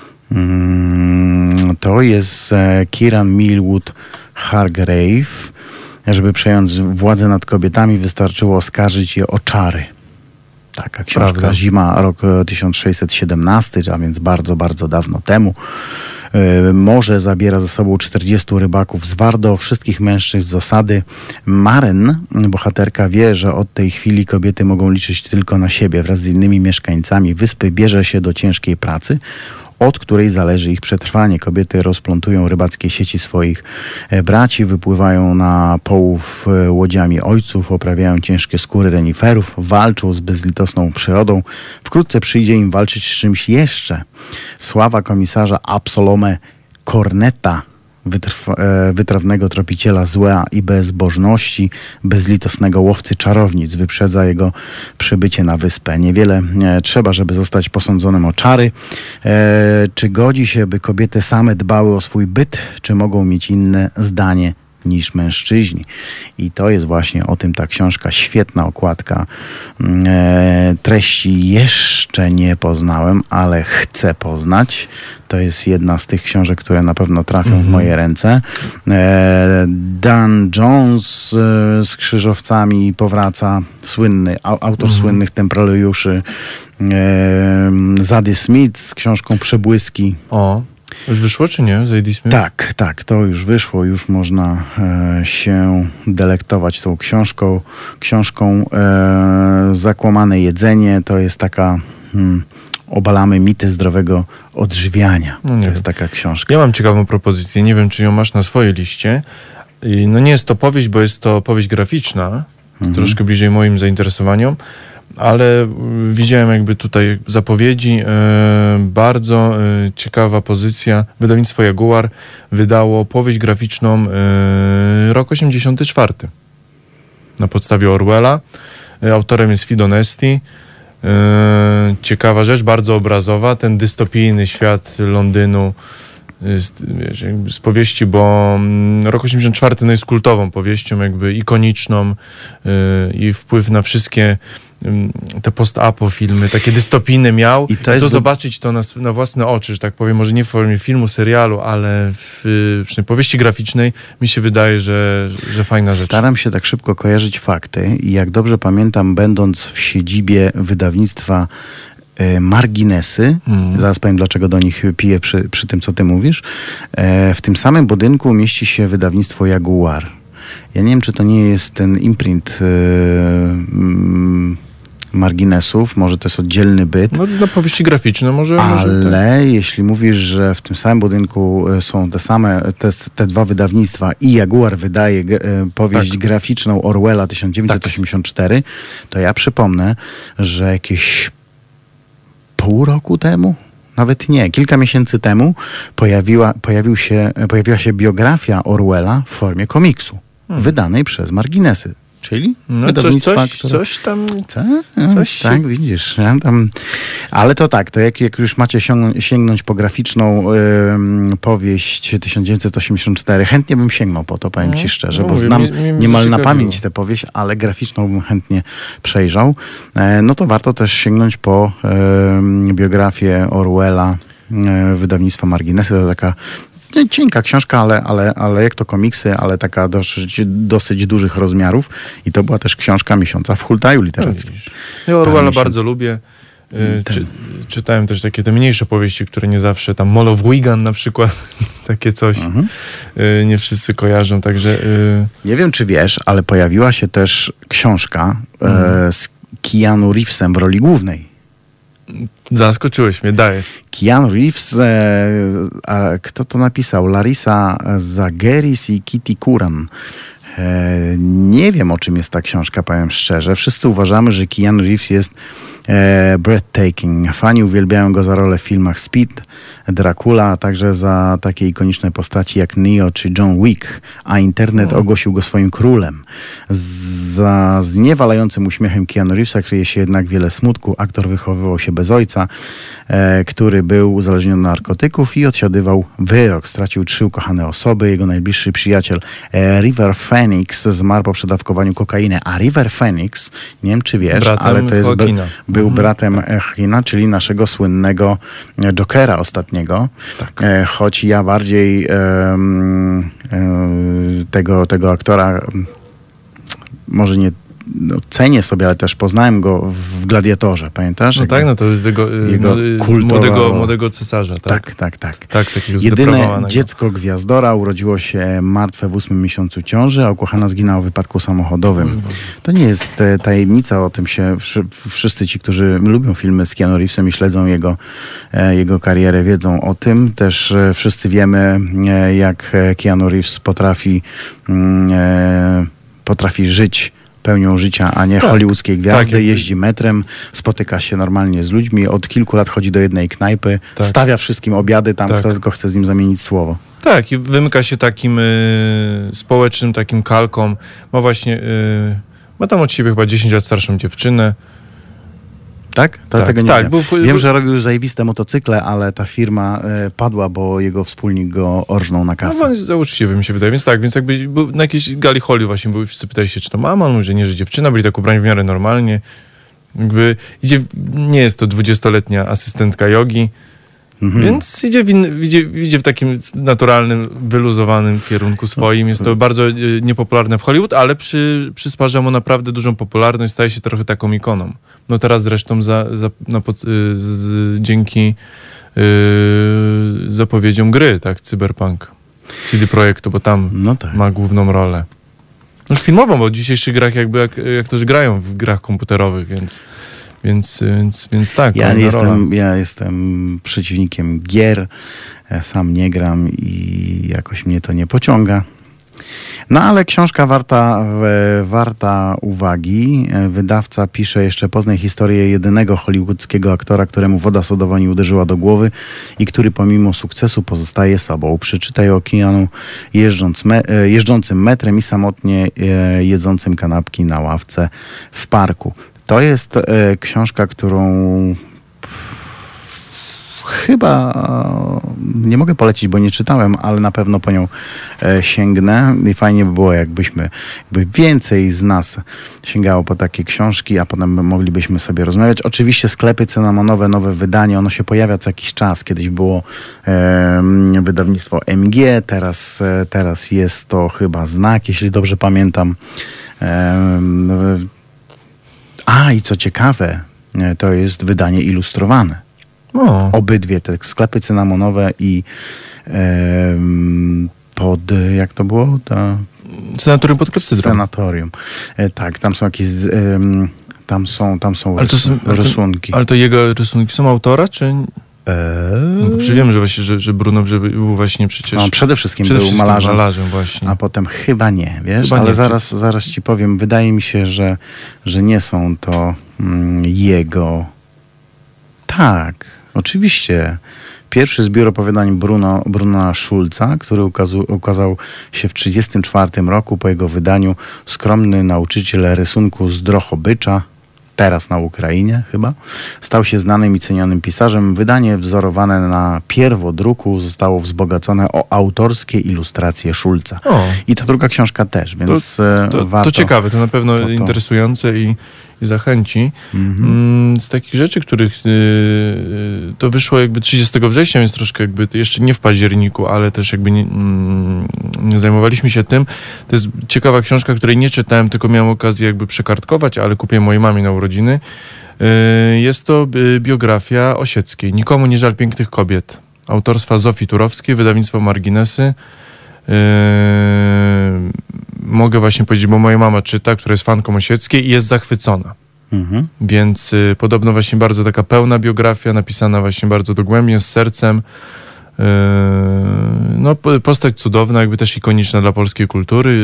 To jest Kieran Millwood Hargrave. Żeby przejąć władzę nad kobietami, wystarczyło oskarżyć je o czary. Taka książka. Prawda. Zima, rok 1617, a więc bardzo, bardzo dawno temu. Morze zabiera ze sobą 40 rybaków z Wardo, wszystkich mężczyzn z osady. Maren, bohaterka, wie, że od tej chwili kobiety mogą liczyć tylko na siebie. Wraz z innymi mieszkańcami wyspy bierze się do ciężkiej pracy, od której zależy ich przetrwanie. Kobiety rozplątują rybackie sieci swoich braci, wypływają na połów łodziami ojców, oprawiają ciężkie skóry reniferów, walczą z bezlitosną przyrodą. Wkrótce przyjdzie im walczyć z czymś jeszcze. Sława komisarza Absalome Corneta, wytrawnego tropiciela zła i bezbożności, bezlitosnego łowcy czarownic, wyprzedza jego przybycie na wyspę. Niewiele trzeba, żeby zostać posądzonym o czary. Czy godzi się, by kobiety same dbały o swój byt, czy mogą mieć inne zdanie niż mężczyźni? I to jest właśnie o tym ta książka. Świetna okładka. Treści jeszcze nie poznałem, ale chcę poznać. To jest jedna z tych książek, które na pewno trafią w moje ręce. Dan Jones z Krzyżowcami powraca. Słynny, autor słynnych Templariuszy. Zadie Smith z książką Przebłyski. O, już wyszło czy nie? Zadie Smith? Tak, to już wyszło. Już można się delektować tą książką. Zakłamane jedzenie to jest taka... Obalamy mity zdrowego odżywiania. No to jest taka książka. Ja mam ciekawą propozycję. Nie wiem, czy ją masz na swojej liście. No nie jest to powieść, bo jest to powieść graficzna. Troszkę bliżej moim zainteresowaniom. Ale widziałem jakby tutaj zapowiedzi. Bardzo ciekawa pozycja. Wydawnictwo Jaguar wydało powieść graficzną rok 84. Na podstawie Orwella. Autorem jest Fido Nesti. Ciekawa rzecz, bardzo obrazowa, ten dystopijny świat Londynu z powieści, bo rok 84 no jest kultową powieścią, jakby ikoniczną i wpływ na te post-apo filmy, takie dystopijne miał. I to zobaczyć to na własne oczy, że tak powiem, może nie w formie filmu, serialu, ale przy powieści graficznej mi się wydaje, że fajna rzecz. Staram się tak szybko kojarzyć fakty i jak dobrze pamiętam, będąc w siedzibie wydawnictwa Marginesy, zaraz powiem, dlaczego do nich piję przy tym, co ty mówisz, w tym samym budynku mieści się wydawnictwo Jaguar. Ja nie wiem, czy to nie jest ten imprint Marginesów, może to jest oddzielny byt. No na powieści graficzne może. Ale jeśli mówisz, że w tym samym budynku są te dwa wydawnictwa i Jaguar wydaje powieść graficzną Orwella 1984, to ja przypomnę, że jakieś pół roku temu, nawet nie, kilka miesięcy temu pojawiła się biografia Orwella w formie komiksu, wydanej przez Marginesy. Czyli wydawnictwa, coś tam... Tak, widzisz. Ja tam, ale to tak, to jak już macie sięgnąć po graficzną powieść 1984, chętnie bym sięgnął po to, powiem ci szczerze, bo znam niemal na pamięć tę powieść, ale graficzną bym chętnie przejrzał. No to warto też sięgnąć po biografię Orwella wydawnictwa Marginesy. To taka cienka książka, ale jak to komiksy, ale taka dosyć dużych rozmiarów. I to była też książka miesiąca w hultaju literackim. Ja Orwella bardzo lubię. Czytałem też takie te mniejsze powieści, które nie zawsze, tam Mall of Wigan na przykład, takie coś. Nie wszyscy kojarzą, także... Nie wiem, czy wiesz, ale pojawiła się też książka z Keanu Reevesem w roli głównej. Zaskoczyłeś mnie, dajesz. Keanu Reeves, a kto to napisał? Larissa Zageris i Kitty Kuran. Nie wiem, o czym jest ta książka, powiem szczerze. Wszyscy uważamy, że Keanu Reeves jest Breathtaking. Fani uwielbiają go za rolę w filmach Speed, Dracula, a także za takie ikoniczne postaci jak Neo czy John Wick, a internet ogłosił go swoim królem. Za zniewalającym uśmiechem Keanu Reevesa kryje się jednak wiele smutku. Aktor wychowywał się bez ojca, który był uzależniony od narkotyków i odsiadywał wyrok. Stracił 3 ukochane osoby. Jego najbliższy przyjaciel River Phoenix zmarł po przedawkowaniu kokainy. A River Phoenix, nie wiem czy wiesz, Bratem ale to jest był bratem Joaquina, czyli naszego słynnego Jokera ostatniego. Tak. Choć ja bardziej tego aktora może nie cenię sobie, ale też poznałem go w Gladiatorze, pamiętasz? No tak, no to jest tego młodego cesarza, tak? Tak. Takiego Jedyne dziecko gwiazdora urodziło się martwe w 8 miesiącu ciąży, a ukochana zginęła w wypadku samochodowym. To nie jest tajemnica, o tym się wszyscy ci, którzy lubią filmy z Keanu Reevesem i śledzą jego karierę, wiedzą o tym. Też wszyscy wiemy, jak Keanu Reeves potrafi żyć pełnią życia, a nie hollywoodzkiej gwiazdy. Jeździ metrem, spotyka się normalnie z ludźmi, od kilku lat chodzi do jednej knajpy, stawia wszystkim obiady tam, kto tylko chce z nim zamienić słowo. Tak, i wymyka się takim społecznym, takim kalkom. Ma tam od siebie chyba 10 lat starszą dziewczynę. Tak? Tego nie wiem. Wiem, że robił zajebiste motocykle, ale ta firma padła, bo jego wspólnik go orżnął na kasę. No, on jest uczciwy, mi się wydaje. Więc jakby był na jakiejś gali Hollywood właśnie były, wszyscy pytali się, czy to mama, on mówi, że nie, że dziewczyna, byli tak ubrani w miarę normalnie. Jakby nie jest to 20-letnia asystentka jogi, więc idzie w takim naturalnym, wyluzowanym kierunku swoim. Jest to bardzo niepopularne w Hollywood, ale przysparza mu naprawdę dużą popularność, staje się trochę taką ikoną. No teraz zresztą dzięki zapowiedziom gry, tak, Cyberpunk, CD Projektu, bo tam ma główną rolę. No filmową, bo w dzisiejszych grach jak to, że grają w grach komputerowych, więc tak. Ja jestem przeciwnikiem gier, sam nie gram i jakoś mnie to nie pociąga. No ale książka warta uwagi. Wydawca pisze jeszcze: poznaj historię jedynego hollywoodzkiego aktora, któremu woda sodowa nie uderzyła do głowy i który pomimo sukcesu pozostaje sobą. Przeczytaj o Keanu jeżdżącym metrem i samotnie jedzącym kanapki na ławce w parku. To jest książka, którą chyba nie mogę polecić, bo nie czytałem, ale na pewno po nią sięgnę i fajnie by było, jakby więcej z nas sięgało po takie książki, a potem moglibyśmy sobie rozmawiać. Oczywiście sklepy cynamonowe, nowe wydanie, ono się pojawia co jakiś czas. Kiedyś było wydawnictwo MG, teraz jest to chyba Znak, jeśli dobrze pamiętam. I co ciekawe, to jest wydanie ilustrowane. Obydwie te sklepy cynamonowe i jak to było? Sanatorium pod Klepsydrą. Sanatorium. Tak, tam są jakieś rysunki. Ale to jego rysunki są autora, czy... Wiem, że właśnie, że Bruno był właśnie przecież... No, przede wszystkim był malarzem właśnie. A potem chyba nie, wiesz? Chyba ale nie, zaraz ci powiem, wydaje mi się, że nie są to jego... Tak, oczywiście. Pierwszy zbiór opowiadań Bruna Schulza, który ukazał się w 1934 roku. Po jego wydaniu skromny nauczyciel rysunku z Drohobycza, teraz na Ukrainie chyba, stał się znanym i cenionym pisarzem. Wydanie wzorowane na pierwodruku zostało wzbogacone o autorskie ilustracje Schulza. I ta druga książka też, więc warto... To ciekawe, to na pewno interesujące i zachęci. Z takich rzeczy, których to wyszło jakby 30 września, więc troszkę jakby jeszcze nie w październiku, ale też jakby nie zajmowaliśmy się tym. To jest ciekawa książka, której nie czytałem, tylko miałem okazję jakby przekartkować, ale kupiłem mojej mamie na urodziny. Jest to biografia Osieckiej. Nikomu nie żal pięknych kobiet. Autorstwa Zofii Turowskiej, wydawnictwo Marginesy. Mogę właśnie powiedzieć, bo moja mama czyta, która jest fanką Osieckiej i jest zachwycona. Więc podobno właśnie bardzo taka pełna biografia, napisana właśnie bardzo dogłębnie, z sercem. No, postać cudowna, jakby też ikoniczna dla polskiej kultury.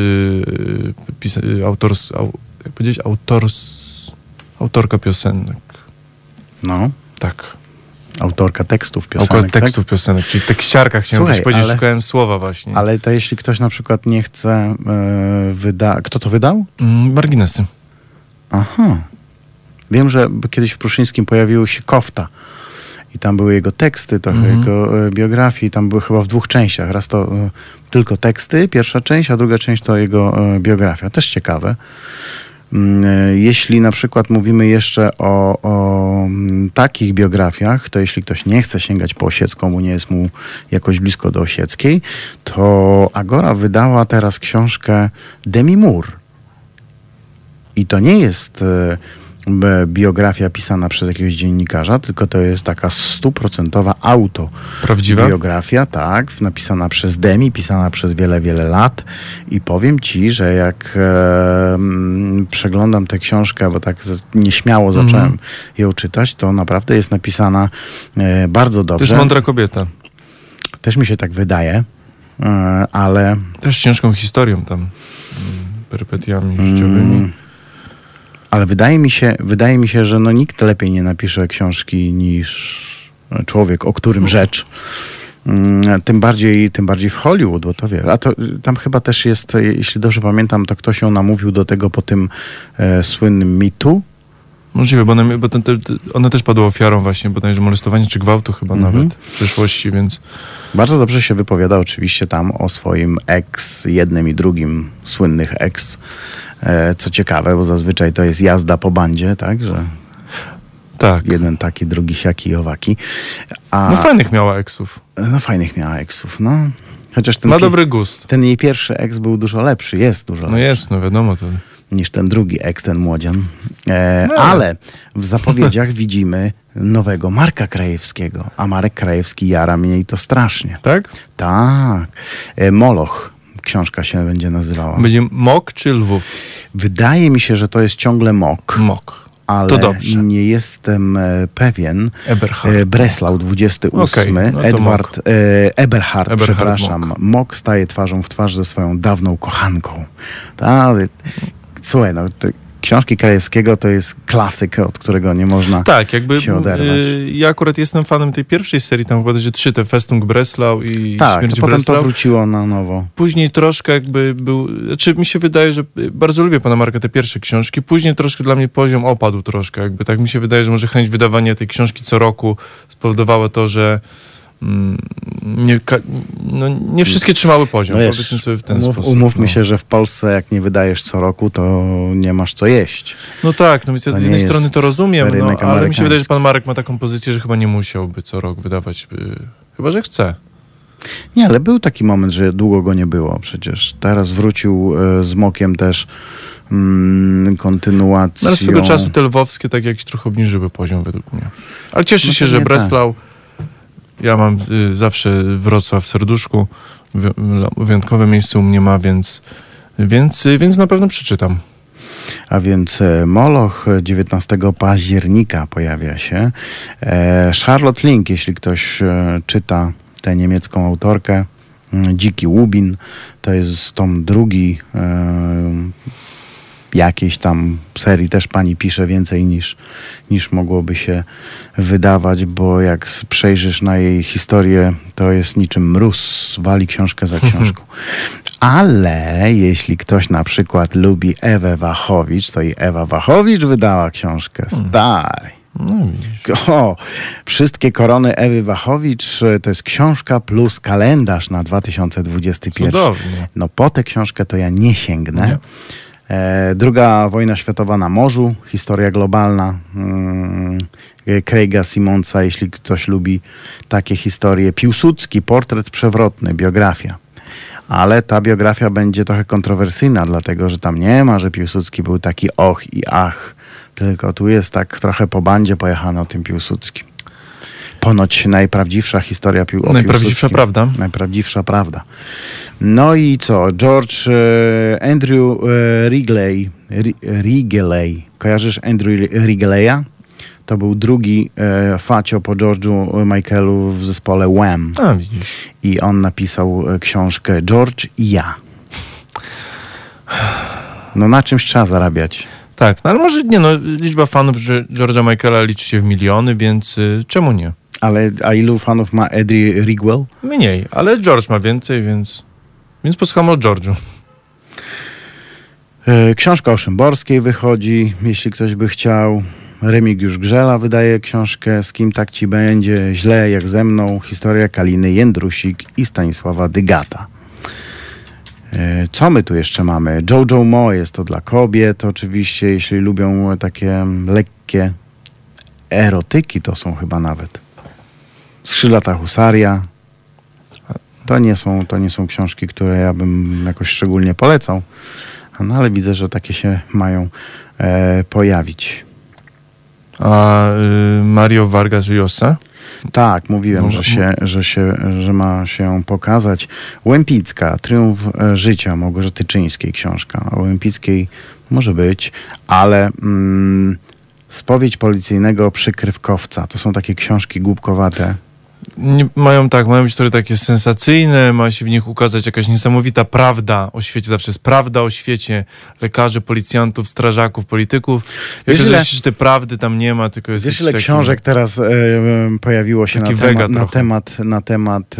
Autorka piosenek. No, Tak. autorka tekstów piosenek, Tekstów piosenek, czyli tekściarka chciałem Słuchaj, powiedzieć, ale- szukałem słowa właśnie. tak? Ale to jeśli ktoś na przykład nie chce Kto to wydał? Marginesy. Aha. Wiem, że kiedyś w Pruszyńskim pojawił się Kofta i tam były jego teksty, trochę jego biografii. Tam były chyba w 2 częściach. Raz to tylko teksty, pierwsza część, a druga część to jego biografia. Też ciekawe. Jeśli na przykład mówimy jeszcze o takich biografiach, to jeśli ktoś nie chce sięgać po Osiecką, bo nie jest mu jakoś blisko do Osieckiej, to Agora wydała teraz książkę Demi Moore. I to nie jest biografia pisana przez jakiegoś dziennikarza, tylko to jest taka 100% Prawdziwa? biografia, tak, napisana przez Demi, pisana przez wiele, wiele lat i powiem ci, że jak przeglądam tę książkę, bo tak nieśmiało zacząłem ją czytać, to naprawdę jest napisana bardzo To dobrze. jest mądra kobieta. Też mi się tak wydaje, ale Też ciężką historią tam, perypetiami życiowymi. Ale wydaje mi się, że no nikt lepiej nie napisze książki niż człowiek, o którym rzecz. Tym bardziej w Hollywood, bo to wie. A to tam chyba też jest, jeśli dobrze pamiętam, to ktoś ją namówił do tego po tym słynnym Me Too. Możliwe, bo ona też padła ofiarą właśnie bodajże molestowania czy gwałtu chyba nawet w przyszłości, więc... Bardzo dobrze się wypowiada oczywiście tam o swoim ex, jednym i drugim słynnych ex. Co ciekawe, bo zazwyczaj to jest jazda po bandzie, tak, że Tak. jeden taki, drugi siaki i owaki. No fajnych miała eksów. No fajnych miała eksów, no. Chociaż ten, Ma dobry gust. ten jej pierwszy eks był dużo lepszy, jest dużo lepszy. No jest, no wiadomo to. Niż ten drugi eks, ten młodzian. No. Ale w zapowiedziach widzimy nowego Marka Krajewskiego, a Marek Krajewski jara mnie i to strasznie. Tak? Tak. Moloch. Książka się będzie nazywała. Będzie Mok czy Lwów? Wydaje mi się, że to jest ciągle Mok. Mok. Ale To dobrze. nie jestem pewien. Eberhard. Breslau 28. Okej, no to Edward Eberhard, Eberhard przepraszam. Mok staje twarzą w twarz ze swoją dawną kochanką. Słuchaj, no, książki Krajewskiego to jest klasyk, od którego nie można Tak, jakby się oderwać. ja akurat jestem fanem tej pierwszej serii, tam chyba że 3, te Festung Breslau i Tak, Śmierć to potem Breslau. to wróciło na nowo. Później troszkę jakby był, znaczy mi się wydaje, że bardzo lubię pana Marka te pierwsze książki, później troszkę dla mnie poziom opadł troszkę, jakby tak mi się wydaje, że może chęć wydawania tej książki co roku spowodowała to, że nie wszystkie trzymały poziom, No wiesz, powiedzmy sobie w ten sposób. umówmy no. się, że w Polsce jak nie wydajesz co roku, to nie masz co jeść. No tak, no więc ja To z nie jednej jest strony to rozumiem, no, rynek ale mi się wydaje, że amerykański. pan Marek ma taką pozycję, że chyba nie musiałby co rok wydawać, chyba że chce. Nie, ale był taki moment, że długo go nie było przecież. Teraz wrócił z Mokiem też kontynuacją. No ale swego czasu te lwowskie tak jakiś trochę obniżyły poziom według mnie. Ale cieszę No się, pewnie że Breslau, ja mam zawsze Wrocław w serduszku, wyjątkowe miejsce u mnie ma, więc na pewno przeczytam. A więc Moloch 19 października pojawia się. Charlotte Link, jeśli ktoś czyta tę niemiecką autorkę, Dziki Łubin, to jest tom drugi jakiejś tam serii, też pani pisze więcej niż mogłoby się wydawać, bo jak przejrzysz na jej historię, to jest niczym mróz, wali książkę za książką. Ale jeśli ktoś na przykład lubi Ewę Wachowicz, to i Ewa Wachowicz wydała książkę. Stary. No widzisz. O, wszystkie korony Ewy Wachowicz to jest książka plus kalendarz na 2021. Cudownie. No po tę książkę to ja nie sięgnę. Nie. Druga wojna światowa na morzu, historia globalna Craiga Simonsa, jeśli ktoś lubi takie historie. Piłsudski, portret przewrotny, biografia. Ale ta biografia będzie trochę kontrowersyjna, dlatego że tam nie ma, że Piłsudski był taki och i ach. Tylko tu jest tak trochę po bandzie pojechano o tym Piłsudskim. Ponoć najprawdziwsza historia o Najprawdziwsza Piłsudskim. prawda. Najprawdziwsza prawda. No i co? Andrew Rigeley. Kojarzysz Andrew Rigeleya? To był drugi facio po George'u Michaelu w zespole Wham. A widzisz. I on napisał książkę George i ja. No na czymś trzeba zarabiać. Tak, no ale może nie, no liczba fanów George'a Michaela liczy się w miliony, więc czemu nie? A ilu fanów ma Eddie Rigwell? Mniej, ale George ma więcej, więc posłuchamy o George'u. Książka o Szymborskiej wychodzi, jeśli ktoś by chciał. Remigiusz Grzela wydaje książkę Z kim tak ci będzie, źle jak ze mną. Historia Kaliny Jędrusik i Stanisława Dygata. Co my tu jeszcze mamy? Jojo Mo jest to dla kobiet. Oczywiście, jeśli lubią takie lekkie erotyki, to są chyba nawet. Skrzydlata Husaria. To nie są książki, które ja bym jakoś szczególnie polecał. No ale widzę, że takie się mają pojawić. A Mario Vargas Llosa? Tak, mówiłem, że ma się pokazać. Łępicka, Triumf życia Małgorzaty Czyńskiej książka. O Łępickiej może być, ale Spowiedź policyjnego przykrywkowca. To są takie książki głupkowate. Mają być historie takie sensacyjne, ma się w nich ukazać jakaś niesamowita prawda o świecie. Zawsze jest prawda o świecie lekarzy, policjantów, strażaków, polityków. Jak okazuje się, że tej prawdy tam nie ma, tylko jest wiesz, ile książek teraz pojawiło się na temat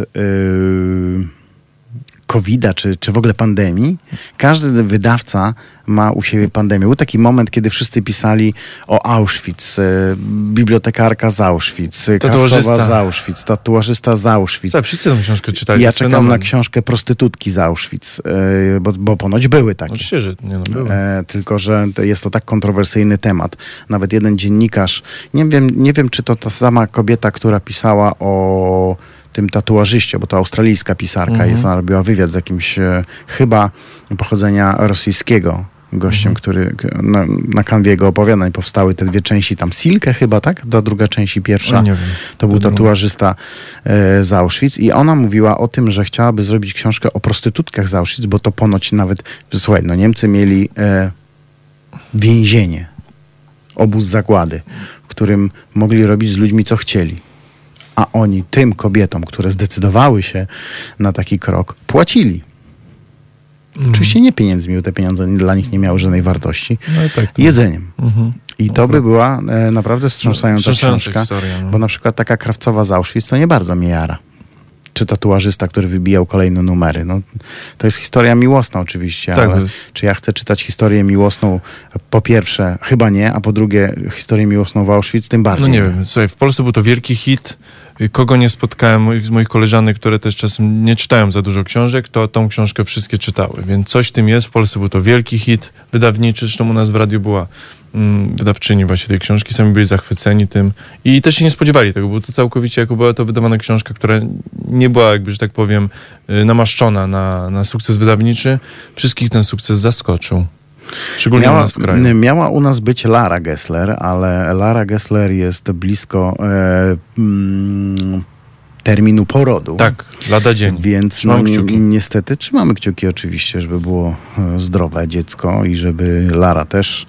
COVID-a, czy w ogóle pandemii. Każdy wydawca ma u siebie pandemię. Był taki moment, kiedy wszyscy pisali o Auschwitz, bibliotekarka z Auschwitz, krawcowa z Auschwitz, tatuażysta z Auschwitz. Tak, wszyscy tę książkę czytali. Ja czekam na książkę Prostytutki z Auschwitz, bo ponoć były takie. Oczywiście, że były. Tylko, że jest to tak kontrowersyjny temat. Nawet jeden dziennikarz, nie wiem, czy to ta sama kobieta, która pisała o tym tatuażyście, bo to australijska pisarka jest, ona robiła wywiad z jakimś chyba pochodzenia rosyjskiego gościem, który na kanwie jego opowiadań powstały te dwie części, tam Silke chyba, tak? Ta druga część i pierwsza. Nie wiem. To był tatuażysta z Auschwitz i ona mówiła o tym, że chciałaby zrobić książkę o prostytutkach z Auschwitz, bo to ponoć nawet, słuchaj, Niemcy mieli więzienie, obóz zagłady, w którym mogli robić z ludźmi co chcieli. A oni tym kobietom, które zdecydowały się na taki krok, płacili. Oczywiście nie pieniędzmi, bo te pieniądze dla nich nie miały żadnej wartości. No i tak, jedzeniem. I to by była naprawdę wstrząsająca książka, historia, bo na przykład taka krawcowa z Auschwitz to nie bardzo mnie jara. Czy tatuażysta, który wybijał kolejne numery. No, to jest historia miłosna oczywiście, tak, ale czy ja chcę czytać historię miłosną? Po pierwsze, chyba nie, a po drugie, historię miłosną w Auschwitz, tym bardziej. No nie wiem, słuchaj, w Polsce był to wielki hit. Kogo nie spotkałem z moich koleżanek, które też czasem nie czytają za dużo książek, to tą książkę wszystkie czytały. Więc coś w tym jest. W Polsce był to wielki hit wydawniczy. Zresztą u nas w radiu była wydawczyni właśnie tej książki. Sami byli zachwyceni tym. I też się nie spodziewali tego. Było to całkowicie, jako była to wydawana książka, która nie była, jakby, że tak powiem, namaszczona na sukces wydawniczy. Wszystkich ten sukces zaskoczył. Szczególnie u nas w kraju. Miała u nas być Lara Gessler, ale Lara Gessler jest blisko terminu porodu. Tak, lada dzień. Więc niestety trzymamy kciuki oczywiście, żeby było zdrowe dziecko i żeby Lara też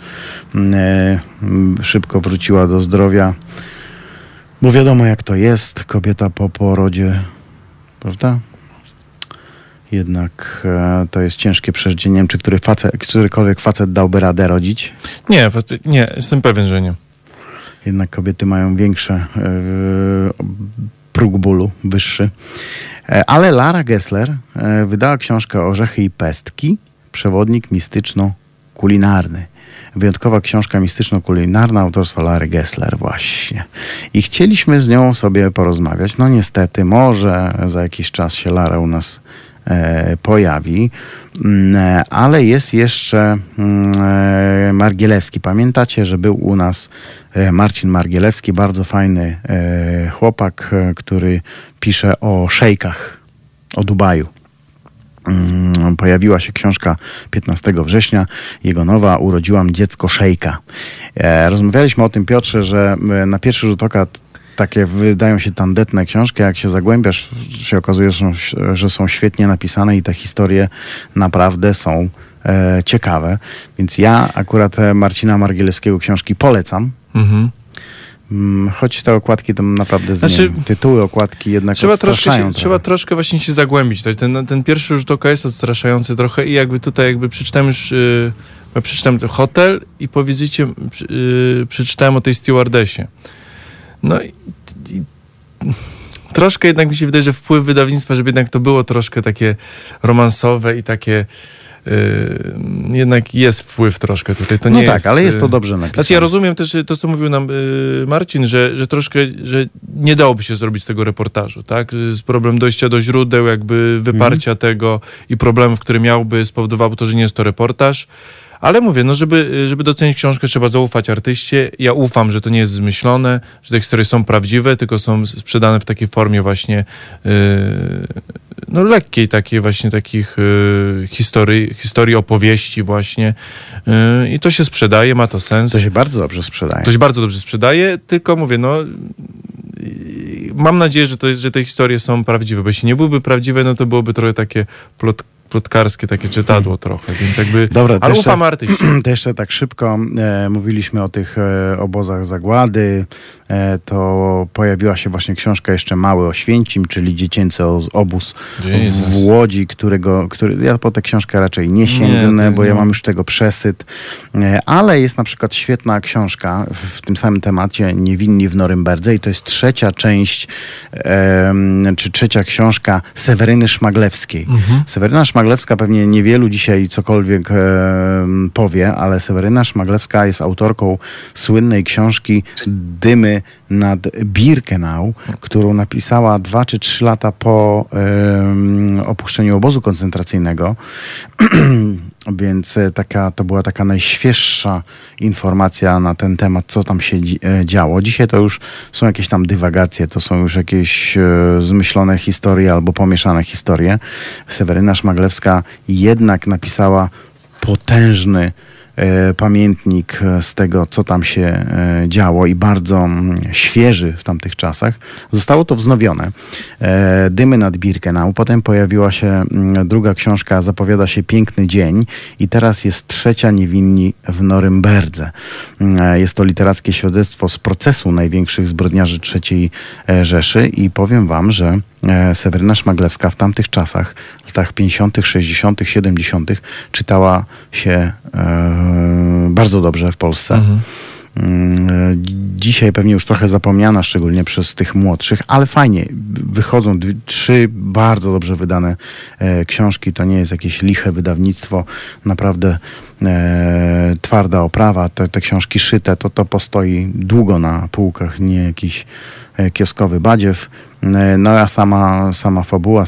szybko wróciła do zdrowia. Bo wiadomo, jak to jest, kobieta po porodzie, prawda? Jednak to jest ciężkie przeżycie. Nie wiem, czy którykolwiek facet dałby radę rodzić. Nie, jestem pewien, że nie. Jednak kobiety mają większe próg bólu, wyższy. Ale Lara Gessler wydała książkę Orzechy i pestki, przewodnik mistyczno-kulinarny. Wyjątkowa książka mistyczno-kulinarna autorstwa Lary Gessler właśnie. I chcieliśmy z nią sobie porozmawiać. No niestety, może za jakiś czas się Lara u nas pojawi, ale jest jeszcze Margielewski. Pamiętacie, że był u nas Marcin Margielewski, bardzo fajny chłopak, który pisze o szejkach, o Dubaju. Pojawiła się książka 15 września, jego nowa, Urodziłam dziecko szejka. Rozmawialiśmy o tym, Piotrze, że na pierwszy rzut oka takie wydają się tandetne książki, jak się zagłębiasz, się okazuje, że są świetnie napisane i te historie naprawdę są ciekawe. Więc ja akurat Marcina Margielewskiego książki polecam. Choć te okładki to naprawdę tytuły okładki jednak odstraszają. Trzeba troszkę właśnie się zagłębić. Ten pierwszy rzut oka jest odstraszający trochę i jakby tutaj przeczytałem już Ja przeczytałem ten Hotel i po wizycie przeczytałem o tej stewardessie. No i troszkę jednak mi się wydaje, że wpływ wydawnictwa, żeby jednak to było troszkę takie romansowe i takie jednak jest wpływ troszkę tutaj. To nie tak, jest, ale jest to dobrze napisane. Znaczy ja rozumiem też to, co mówił nam Marcin, że troszkę, że nie dałoby się zrobić z tego reportażu, tak? Z problem dojścia do źródeł, jakby wyparcia tego i problemów, które miałby, spowodowało to, że nie jest to reportaż. Ale mówię, no żeby docenić książkę, trzeba zaufać artyście. Ja ufam, że to nie jest zmyślone, że te historie są prawdziwe, tylko są sprzedane w takiej formie właśnie no lekkiej, takiej właśnie takich historii, opowieści właśnie. I to się sprzedaje, ma to sens. To się bardzo dobrze sprzedaje. To się bardzo dobrze sprzedaje, tylko mówię, no mam nadzieję, że te historie są prawdziwe, bo jeśli nie byłyby prawdziwe, no to byłoby trochę takie plotkarskie takie czytadło trochę, więc jakby... Dobra, ale ufam artyście. To jeszcze tak szybko mówiliśmy o tych obozach zagłady. To pojawiła się właśnie książka jeszcze Mały Oświęcim, czyli dziecięcy obóz w Łodzi, ja po tę książkę raczej nie sięgnę, bo ja mam już tego przesyt. Ale jest na przykład świetna książka w tym samym temacie Niewinni w Norymberdze i to jest trzecia część, czy trzecia książka Seweryny Szmaglewskiej. Seweryna Szmaglewska pewnie niewielu dzisiaj cokolwiek powie, ale Seweryna Szmaglewska jest autorką słynnej książki Dymy nad Birkenau, którą napisała 2 czy 3 lata po opuszczeniu obozu koncentracyjnego. Więc to była taka najświeższa informacja na ten temat, co tam się działo. Dzisiaj to już są jakieś tam dywagacje, to są już jakieś zmyślone historie albo pomieszane historie. Seweryna Szmaglewska jednak napisała potężny pamiętnik z tego, co tam się działo i bardzo świeży w tamtych czasach. Zostało to wznowione. Dymy nad Birkenau. Potem pojawiła się druga książka, zapowiada się Piękny dzień i teraz jest trzecia Niewinni w Norymberdze. Jest to literackie świadectwo z procesu największych zbrodniarzy III Rzeszy i powiem wam, że Seweryna Szmaglewska w tamtych czasach, w latach 50., 60., 70. czytała się bardzo dobrze w Polsce. Dzisiaj pewnie już trochę zapomniana, szczególnie przez tych młodszych, ale fajnie. Wychodzą 3 bardzo dobrze wydane książki. To nie jest jakieś liche wydawnictwo. Naprawdę twarda oprawa. Te książki szyte, to postoi długo na półkach, nie jakiś kioskowy badziew. No a sama fabuła,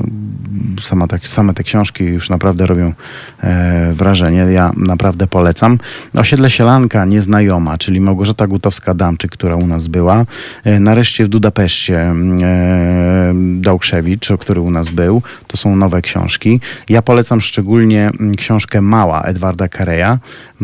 same te książki już naprawdę robią wrażenie. Ja naprawdę polecam. Osiedle Sielanka Nieznajoma, czyli Małgorzata Gutowska-Damczyk, która u nas była. Nareszcie w Budapeszcie Dałkrzewicz, który u nas był. To są nowe książki. Ja polecam szczególnie książkę Mała Edwarda Kareya.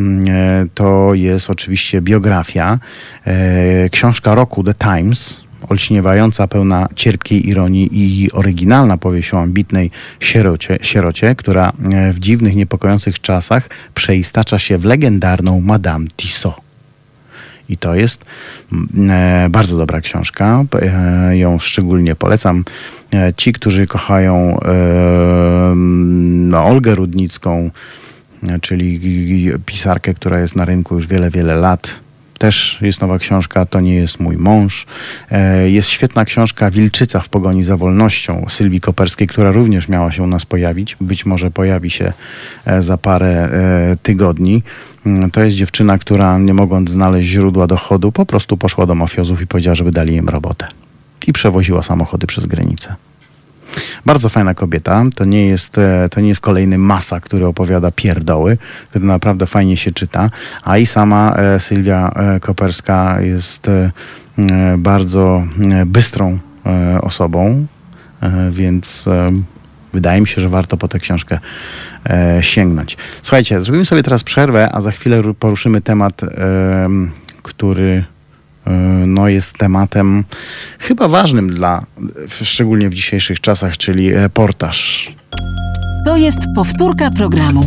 To jest oczywiście biografia. Książka roku The Times, olśniewająca, pełna cierpkiej ironii i oryginalna powieść o ambitnej sierocie, która w dziwnych, niepokojących czasach przeistacza się w legendarną Madame Tussaud. I to jest bardzo dobra książka. Ją szczególnie polecam. Ci, którzy kochają Olgę Rudnicką, czyli pisarkę, która jest na rynku już wiele, wiele lat. Też jest nowa książka, To nie jest mój mąż. Jest świetna książka Wilczyca w pogoni za wolnością Sylwii Koperskiej, która również miała się u nas pojawić. Być może pojawi się za parę tygodni. To jest dziewczyna, która nie mogąc znaleźć źródła dochodu, po prostu poszła do mafiozów i powiedziała, żeby dali im robotę. I przewoziła samochody przez granicę. Bardzo fajna kobieta. To nie jest kolejny Masa, który opowiada pierdoły, który naprawdę fajnie się czyta. A i sama Sylwia Koperska jest bardzo bystrą osobą, więc wydaje mi się, że warto po tę książkę sięgnąć. Słuchajcie, zrobimy sobie teraz przerwę, a za chwilę poruszymy temat, który jest tematem chyba ważnym szczególnie w dzisiejszych czasach, czyli reportaż. To jest powtórka programu.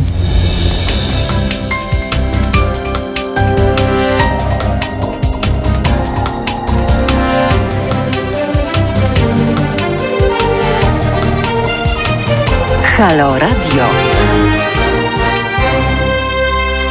Halo Radio.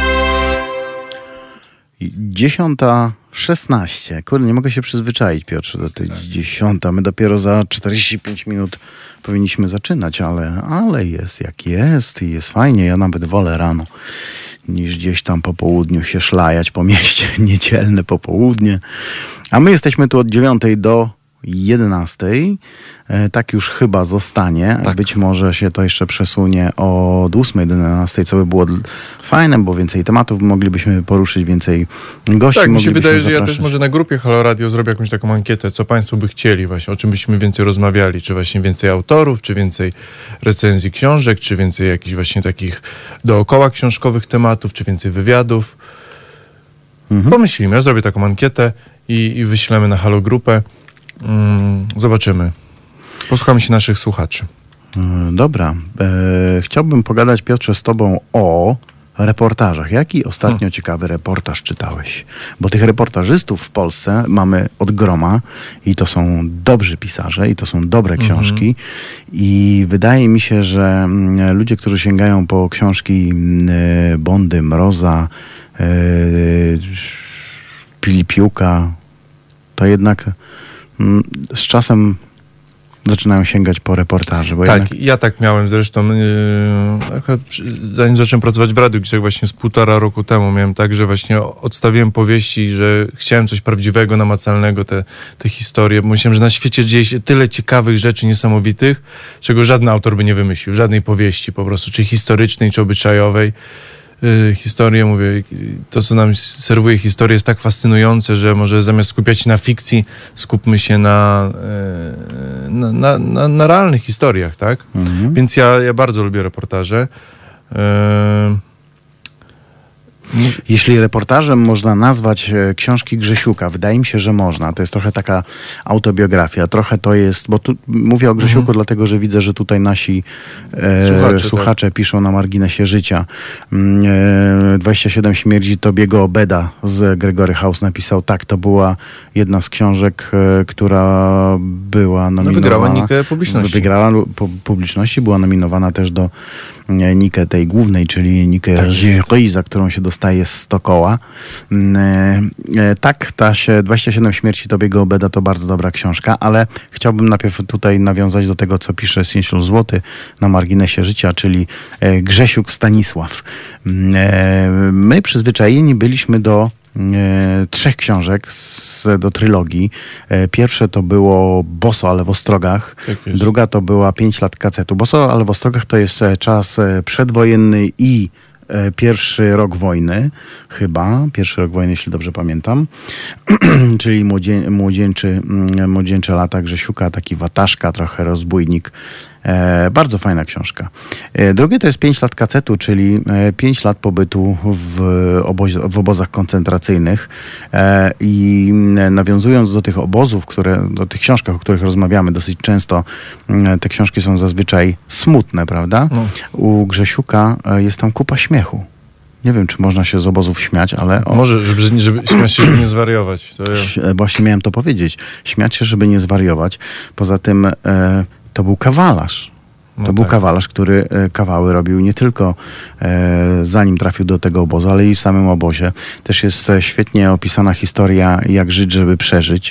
10:16. Kurde, nie mogę się przyzwyczaić, Piotrze, do tej 10. My dopiero za 45 minut powinniśmy zaczynać, ale jest jak jest i jest fajnie. Ja nawet wolę rano niż gdzieś tam po południu się szlajać po mieście. Niedzielne popołudnie. A my jesteśmy tu od 9 do 11. Tak już chyba zostanie. Tak. Być może się to jeszcze przesunie od 8 do 11, co by było fajne, bo więcej tematów moglibyśmy poruszyć, więcej gości. Tak, mi się wydaje, że ja też może na grupie Halo Radio zrobię jakąś taką ankietę, co państwo by chcieli właśnie, o czym byśmy więcej rozmawiali, czy właśnie więcej autorów, czy więcej recenzji książek, czy więcej jakichś właśnie takich dookoła książkowych tematów, czy więcej wywiadów. Pomyślimy, ja zrobię taką ankietę i wyślemy na Halo Grupę. Zobaczymy. Posłuchamy się naszych słuchaczy. Dobra. Chciałbym pogadać, Piotrze, z tobą o reportażach. Jaki ostatnio ciekawy reportaż czytałeś? Bo tych reportażystów w Polsce mamy od groma i to są dobrzy pisarze i to są dobre książki i wydaje mi się, że ludzie, którzy sięgają po książki Bondy, Mroza, Pilipiuka, to jednak z czasem zaczynają sięgać po reportaże. Bo tak, ja tak miałem zresztą, zanim zacząłem pracować w radiu, gdzieś tak właśnie z 1,5 roku temu miałem tak, że właśnie odstawiłem powieści, że chciałem coś prawdziwego, namacalnego, te historie. Myślałem, że na świecie dzieje się tyle ciekawych rzeczy niesamowitych, czego żaden autor by nie wymyślił, żadnej powieści po prostu, czy historycznej, czy obyczajowej. Historię, mówię, to co nam serwuje historia jest tak fascynujące, że może zamiast skupiać się na fikcji, skupmy się na realnych historiach, tak? Więc ja bardzo lubię reportaże. Jeśli reportażem można nazwać książki Grzesiuka, wydaje mi się, że można. To jest trochę taka autobiografia. Trochę to jest, bo tu mówię o Grzesiuku dlatego, że widzę, że tutaj nasi słuchacze piszą na marginesie życia. 27 śmierci Tobiego Obeda z Gregory House napisał. Tak, to była jedna z książek, która była nominowana. Wygrała Nikę Publiczności. Wygrała Publiczności, była nominowana też do Nikę tej głównej, czyli Nikę Jury, za którą się dostaje z Stokoła. Tak, 27 śmierci Tobiego Obeda to bardzo dobra książka, ale chciałbym najpierw tutaj nawiązać do tego, co pisze Sińszul Złoty na marginesie życia, czyli Grzesiuk Stanisław. My przyzwyczajeni byliśmy do 3 książek do trylogii. Pierwsze to było Boso, ale w Ostrogach. Tak, druga to była 5 lat kacetu. Boso, ale w Ostrogach to jest czas przedwojenny i pierwszy rok wojny, chyba. Pierwszy rok wojny, jeśli dobrze pamiętam. Czyli młodzieńcze lata Grzesiuka, taki wataszka, trochę rozbójnik. Bardzo fajna książka. Drugie to jest 5 lat kacetu, czyli 5 lat pobytu w obozach koncentracyjnych. I nawiązując do tych obozów, do tych książkach, o których rozmawiamy dosyć często, te książki są zazwyczaj smutne, prawda? No. U Grzesiuka jest tam kupa śmiechu. Nie wiem, czy można się z obozów śmiać, ale... Może, żeby śmiać się, żeby nie zwariować. To ja... Właśnie miałem to powiedzieć. Śmiać się, żeby nie zwariować. Poza tym to był kawalarz. To był kawalarz, który kawały robił nie tylko zanim trafił do tego obozu, ale i w samym obozie. Też jest świetnie opisana historia, jak żyć, żeby przeżyć.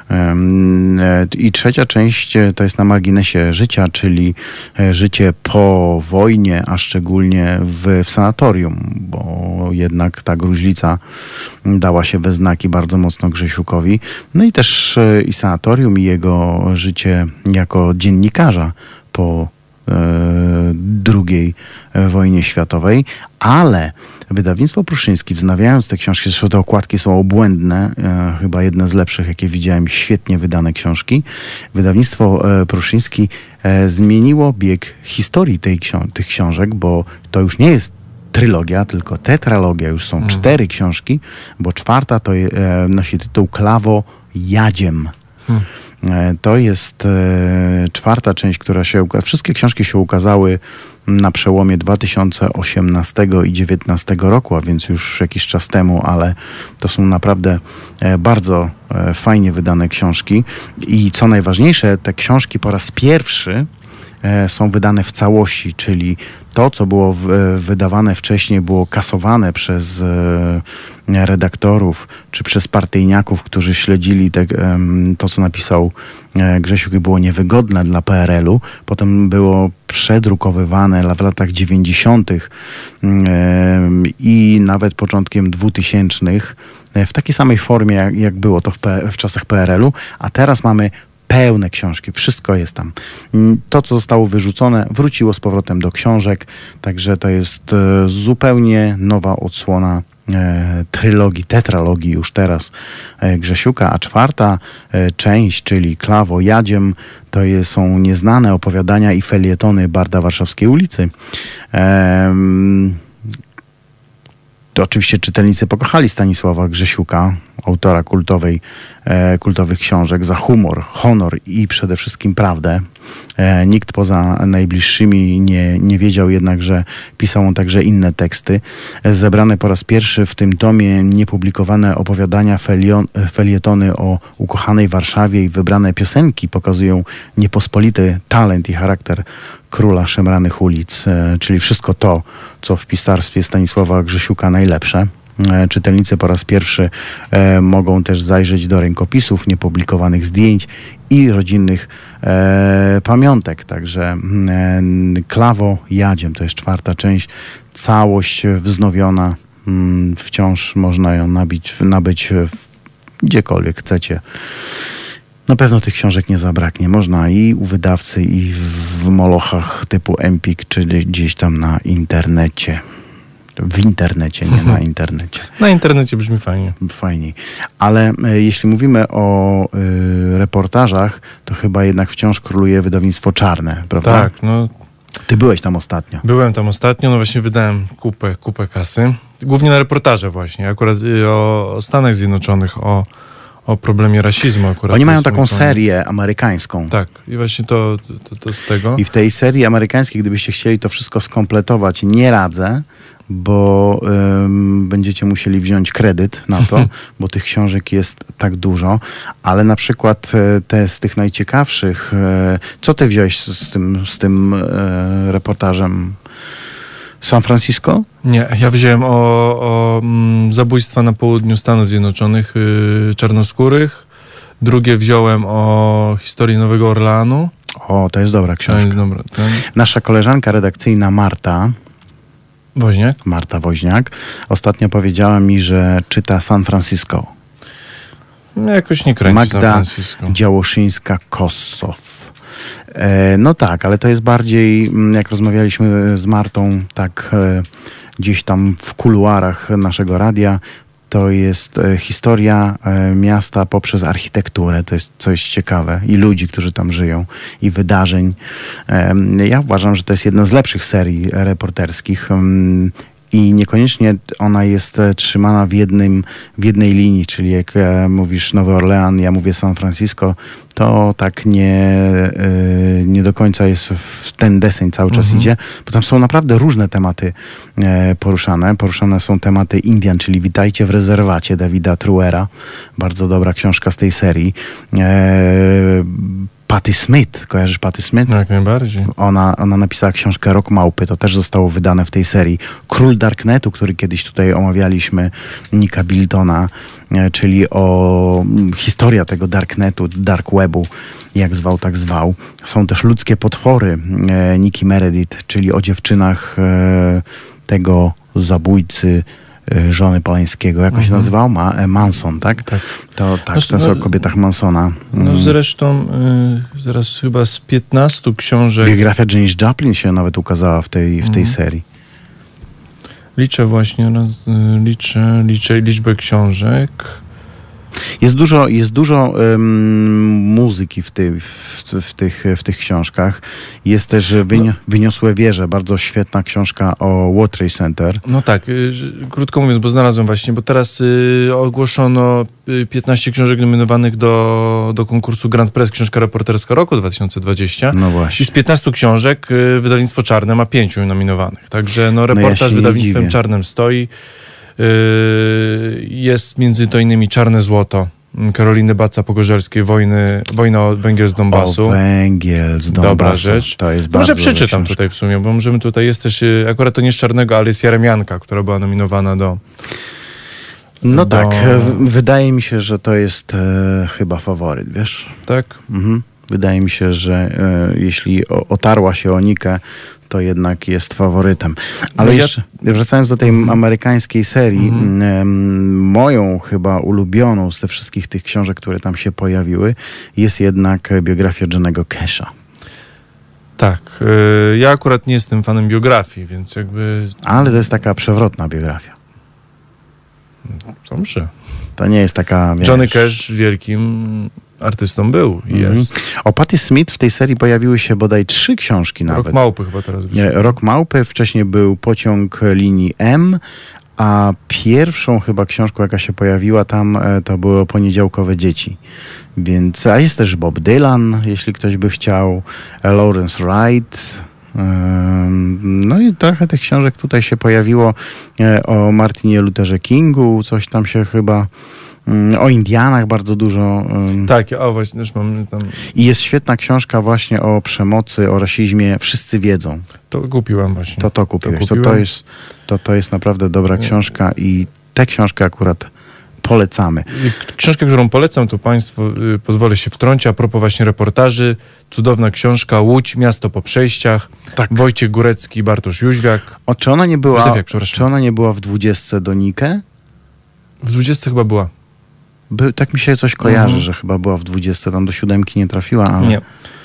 I trzecia część to jest na marginesie życia, czyli życie po wojnie, a szczególnie w sanatorium, bo jednak ta gruźlica dała się we znaki bardzo mocno Grzesiukowi. No i też i sanatorium, i jego życie jako dziennikarza po II wojnie światowej, ale wydawnictwo Pruszyński, wznawiając te książki, zresztą te okładki są obłędne, chyba jedne z lepszych, jakie widziałem, świetnie wydane książki. Wydawnictwo Pruszyński zmieniło bieg historii tych książek, bo to już nie jest trylogia, tylko tetralogia. Już są 4 książki, bo 4 to nosi tytuł Klawo Jadziem. To jest 4. część, która się... Wszystkie książki się ukazały na przełomie 2018 i 2019 roku, a więc już jakiś czas temu, ale to są naprawdę bardzo fajnie wydane książki. I co najważniejsze, te książki po raz pierwszy są wydane w całości, czyli to, co było wydawane wcześniej, było kasowane przez redaktorów czy przez partyjniaków, którzy śledzili to, co napisał Grzesiuk i było niewygodne dla PRL-u. Potem było przedrukowywane w latach 90. I nawet początkiem 2000 w takiej samej formie, jak było to w czasach PRL-u, a teraz mamy pełne książki, wszystko jest tam. To, co zostało wyrzucone, wróciło z powrotem do książek, także to jest zupełnie nowa odsłona trylogii, tetralogii już teraz Grzesiuka, a czwarta część, czyli Klawo, Jadziem, to są nieznane opowiadania i felietony Barda Warszawskiej ulicy. To oczywiście czytelnicy pokochali Stanisława Grzesiuka, autora kultowych książek, za humor, honor i przede wszystkim prawdę. Nikt poza najbliższymi nie wiedział jednak, że pisał on także inne teksty. Zebrane po raz pierwszy w tym tomie niepublikowane opowiadania, felietony o ukochanej Warszawie i wybrane piosenki pokazują niepospolity talent i charakter króla szemranych ulic, czyli wszystko to, co w pisarstwie Stanisława Grzesiuka najlepsze. Czytelnicy po raz pierwszy mogą też zajrzeć do rękopisów, niepublikowanych zdjęć i rodzinnych pamiątek. Także Klawo, Jadziem to jest czwarta część, całość wznowiona. Wciąż można ją nabyć gdziekolwiek chcecie. Na pewno tych książek nie zabraknie. Można i u wydawcy, i w molochach typu Empik, czy gdzieś tam na internecie. W internecie, nie na internecie. Na internecie brzmi fajnie. Fajniej. Ale jeśli mówimy o reportażach, to chyba jednak wciąż króluje wydawnictwo czarne, prawda? Tak, no. Ty byłeś tam ostatnio. Byłem tam ostatnio, no właśnie wydałem kupę kasy. Głównie na reportaże właśnie, akurat o Stanach Zjednoczonych, o problemie rasizmu akurat. Oni mają taką serię amerykańską. Tak, i właśnie to z tego. I w tej serii amerykańskiej, gdybyście chcieli to wszystko skompletować, nie radzę, bo będziecie musieli wziąć kredyt na to, bo tych książek jest tak dużo, ale na przykład te z tych najciekawszych, co ty wziąłeś z tym reportażem? San Francisco? Nie, ja wziąłem o zabójstwa na południu Stanów Zjednoczonych czarnoskórych. Drugie wziąłem o historii Nowego Orleanu. O, to jest dobra książka. To jest dobra. Nasza koleżanka redakcyjna Marta Woźniak ostatnio powiedziała mi, że czyta San Francisco. Jakoś nie kręci Magda San Francisco. Działoszyńska-Kossow. No tak, ale to jest bardziej, jak rozmawialiśmy z Martą, tak gdzieś tam w kuluarach naszego radia, to jest historia miasta poprzez architekturę. To jest coś ciekawe. I ludzi, którzy tam żyją. I wydarzeń. Ja uważam, że to jest jedna z lepszych serii reporterskich. I niekoniecznie ona jest trzymana w jednej linii, czyli jak mówisz Nowy Orlean, ja mówię San Francisco, to tak nie do końca jest w ten deseń cały czas idzie, bo tam są naprawdę różne tematy poruszane. Poruszane są tematy Indian, czyli Witajcie w rezerwacie Davida Truera. Bardzo dobra książka z tej serii. Patti Smith, kojarzysz Patti Smith? Jak najbardziej. Ona napisała książkę Rok Małpy, to też zostało wydane w tej serii. Król Darknetu, który kiedyś tutaj omawialiśmy, Nicka Biltona, czyli o historia tego Darknetu, Dark Webu, jak zwał, tak zwał. Są też Ludzkie potwory, Nikki Meredith, czyli o dziewczynach tego zabójcy, żony Polańskiego. Jak on się nazywał? Manson, tak? Tak. To jest o kobietach Mansona. No zresztą zaraz chyba z 15 książek... Biografia Janis Joplin się nawet ukazała w tej serii. Liczę właśnie, liczę liczbę książek. Jest dużo muzyki w tych książkach. Jest też Wyniosłe wieże, bardzo świetna książka o World Trade Center. No tak, krótko mówiąc, bo znalazłem właśnie, bo teraz ogłoszono 15 książek nominowanych do konkursu Grand Press Książka Reporterska Roku 2020. No właśnie. I z 15 książek wydawnictwo Czarne ma 5 nominowanych. Także reportaż wydawnictwem Czarnym stoi. Jest między to innymi Czarne Złoto Karoliny Baca-Pogorzelskiej, Wojna o węgiel z Donbasu. O węgiel z Donbasu. Dobra rzecz. To jest Może bardzo przeczytam książka. tutaj w sumie, bo możemy tutaj, jest też, akurat to nie z Czarnego, ale jest Jaremianka, która była nominowana do... No tak, wydaje mi się, że to jest chyba faworyt, wiesz? Tak? Mhm. Wydaje mi się, że jeśli otarła się o Nikę, to jednak jest faworytem. Ale No jeszcze wracając do tej amerykańskiej serii, moją chyba ulubioną z tych wszystkich tych książek, które tam się pojawiły, jest jednak biografia Johnnego Casha. Tak. Ja akurat nie jestem fanem biografii, więc jakby... Ale to jest taka przewrotna biografia. Dobrze. To nie jest taka... Wiesz, Johnny Cash wielkim artystą był i jest. O Patti Smith w tej serii pojawiły się bodaj 3 książki nawet. Rok Małpy chyba teraz wyszedł. Rok Małpy, wcześniej był Pociąg linii M, a pierwszą chyba książką, jaka się pojawiła tam, to było Poniedziałkowe dzieci. Więc, a jest też Bob Dylan, jeśli ktoś by chciał, Lawrence Wright. No i trochę tych książek tutaj się pojawiło. O Martinie Lutherze Kingu, coś tam się chyba... O Indianach bardzo dużo. Tak, właśnie też mam tam... I jest świetna książka właśnie o przemocy, o rasizmie. Wszyscy wiedzą. To kupiłem właśnie. To kupiłeś. kupiłem. To jest naprawdę dobra książka i tę książkę akurat polecamy. Książkę, którą polecam, to Państwu pozwolę się wtrącić, a propos właśnie reportaży. Cudowna książka Łódź, miasto po przejściach. Tak. Wojciech Górecki, Bartosz Jóźwiak. Czy ona nie była, Józefiak, przepraszam. czy ona nie była w 20 do Nikę? W 20 chyba była. Tak mi się coś kojarzy, że chyba była w 20, tam do 7 nie trafiła, ale... Nie.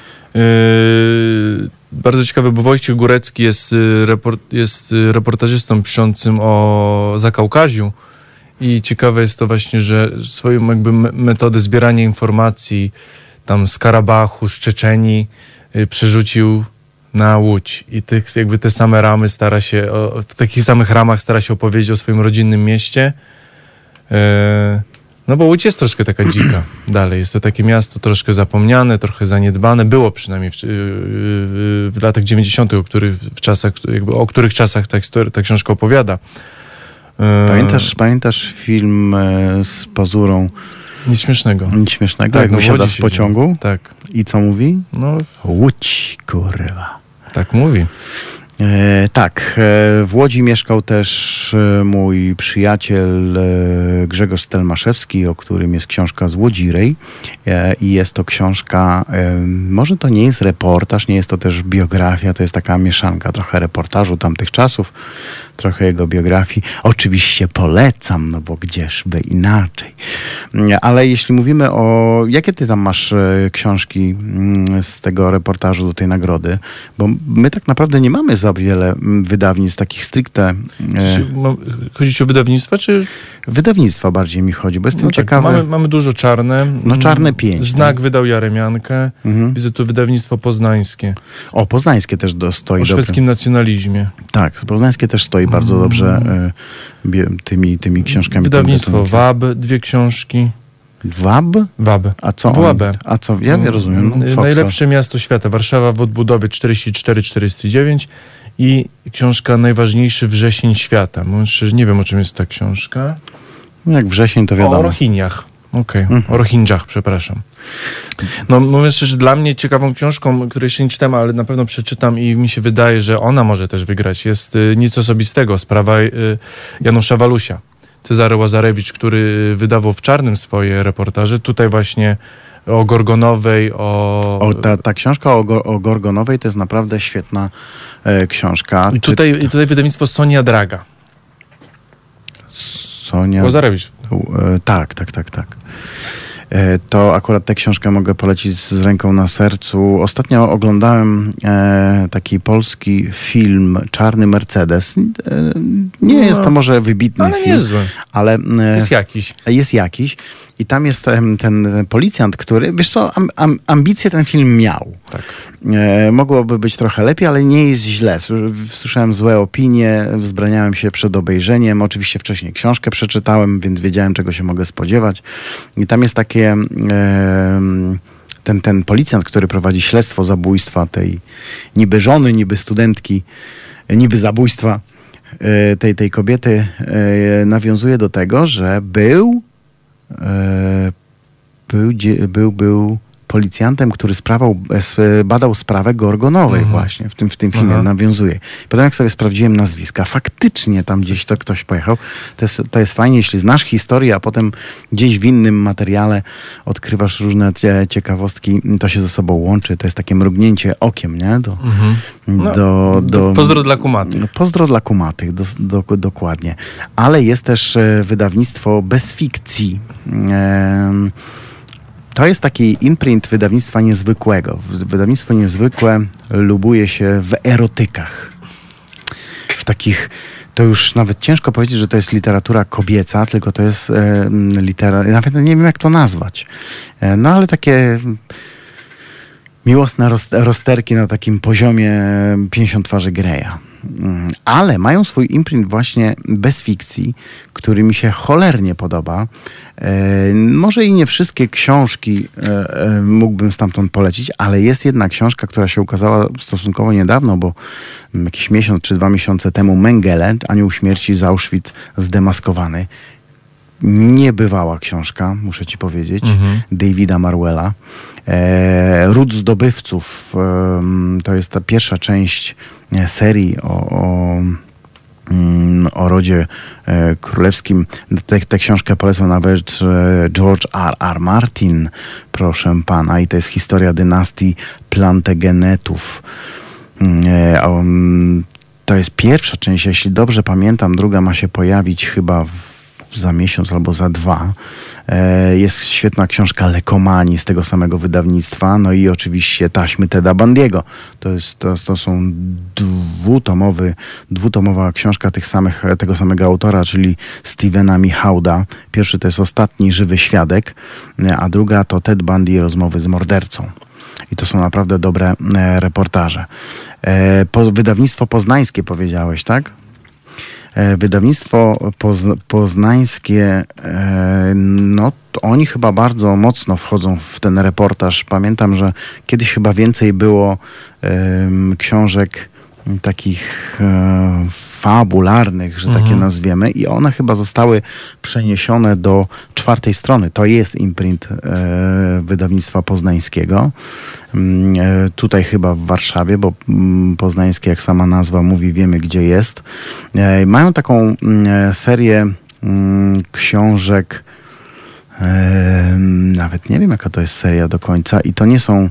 Bardzo ciekawe, bo Wojciech Górecki jest reportażystą piszącym o Zakaukaziu i ciekawe jest to właśnie, że swoją jakby metodę zbierania informacji tam z Karabachu, z Czeczenii przerzucił na Łódź i jakby te same ramy w takich samych ramach stara się opowiedzieć o swoim rodzinnym mieście. No bo Łódź jest troszkę taka dzika dalej. Jest to takie miasto troszkę zapomniane, trochę zaniedbane. Było przynajmniej w latach 90., o których czasach ta książka opowiada. Pamiętasz film z Pazurą? Nic śmiesznego. Nic śmiesznego? Tak, jak wysiada z pociągu? Tak. I co mówi? No, Łódź, kurwa. Tak mówi. Tak, w Łodzi mieszkał też mój przyjaciel Grzegorz Stelmaszewski, o którym jest książka z Łodzirej i jest to książka, może to nie jest reportaż, nie jest to też biografia, to jest taka mieszanka, trochę reportażu tamtych czasów, trochę jego biografii. Oczywiście polecam, no bo gdzieżby inaczej. Ale jeśli mówimy o... Jakie ty tam masz książki z tego reportażu do tej nagrody? Bo my tak naprawdę nie mamy za wiele wydawnictw takich stricte... Chodzi ci o wydawnictwa, czy... Wydawnictwa bardziej mi chodzi, bo jestem ciekawy. Mamy dużo Czarne. No Czarne 5. Znak wydał Jaremiankę. Widzę tu wydawnictwo poznańskie. O, poznańskie też stoi. O szwedzkim nacjonalizmie. Tak, poznańskie też stoi bardzo dobrze tymi książkami. Wydawnictwo WAB, 2 książki. WAB? WAB. A co? WAB. A co? Ja nie rozumiem. No, Najlepsze miasto świata. Warszawa w odbudowie 44-49 i książka Najważniejszy wrzesień świata. Szczerze nie wiem, o czym jest ta książka. No jak wrzesień, to wiadomo. O Rohiniach. Okej. O Rohingjach, przepraszam. No mówiąc szczerze, dla mnie ciekawą książką, której jeszcze nie czytam, ale na pewno przeczytam i mi się wydaje, że ona może też wygrać, jest Nic osobistego, sprawa Janusza Walusia. Cezary Łazarewicz, który wydawał w Czarnym swoje reportaże. Tutaj właśnie o Gorgonowej, Ta książka o Gorgonowej to jest naprawdę świetna książka. I tutaj wydawnictwo Sonia Draga. Sonia... Łazarewicz. Tak. To akurat tę książkę mogę polecić z ręką na sercu. Ostatnio oglądałem taki polski film Czarny Mercedes. Nie jest to może wybitny ale film. Nie jest zły. Ale jest jakiś. I tam jest ten policjant, który, wiesz co, ambicje ten film miał. Tak. Mogłoby być trochę lepiej, ale nie jest źle. Słyszałem złe opinie, wzbraniałem się przed obejrzeniem. Oczywiście wcześniej książkę przeczytałem, więc wiedziałem, czego się mogę spodziewać. I tam jest takie... Ten policjant, który prowadzi śledztwo zabójstwa tej niby żony, niby studentki, niby zabójstwa tej kobiety, nawiązuje do tego, że był był policjantem, który badał sprawę Gorgonowej właśnie, w tym filmie nawiązuje. Potem jak sobie sprawdziłem nazwiska, faktycznie tam gdzieś to ktoś pojechał. To jest fajnie, jeśli znasz historię, a potem gdzieś w innym materiale odkrywasz różne ciekawostki, to się ze sobą łączy. To jest takie mrugnięcie okiem, nie? Pozdro dla kumatych. Pozdro dla kumatych, dokładnie. Ale jest też wydawnictwo Bez Fikcji. To jest taki imprint wydawnictwa niezwykłego. Wydawnictwo niezwykłe lubuje się w erotykach. W takich, to już nawet ciężko powiedzieć, że to jest literatura kobieca, tylko to jest nawet nie wiem jak to nazwać. No ale takie miłosne rozterki na takim poziomie 50 twarzy Greya. Ale mają swój imprint właśnie Bez Fikcji, który mi się cholernie podoba. Może i nie wszystkie książki mógłbym stamtąd polecić, ale jest jedna książka, która się ukazała stosunkowo niedawno, bo jakiś miesiąc czy 2 miesiące temu, Mengele, Anioł Śmierci z Auschwitz zdemaskowany. Niebywała książka, muszę ci powiedzieć, Davida Marwella. Ród zdobywców, to jest ta pierwsza część serii o rodzie królewskim. Tę książkę polecam nawet George R. Martin, proszę pana, i to jest historia dynastii Plantagenetów. To jest pierwsza część, jeśli dobrze pamiętam, druga ma się pojawić chyba za miesiąc albo za 2. Jest świetna książka Lekomani z tego samego wydawnictwa, no i oczywiście Taśmy Teda Bundy'ego. To są dwutomowa książka tego samego autora, czyli Stephena Mihauda. Pierwszy to jest Ostatni żywy świadek, a druga to Ted Bundy, rozmowy z mordercą. I to są naprawdę dobre reportaże. Wydawnictwo poznańskie powiedziałeś, tak? Wydawnictwo poznańskie, no to oni chyba bardzo mocno wchodzą w ten reportaż. Pamiętam, że kiedyś chyba więcej było książek takich fabularnych, że takie nazwiemy, i one chyba zostały przeniesione do 4. strony. To jest imprint wydawnictwa poznańskiego. Tutaj chyba w Warszawie, bo poznańskie, jak sama nazwa mówi, wiemy gdzie jest. Mają taką serię książek, nawet nie wiem jaka to jest seria do końca, i to nie są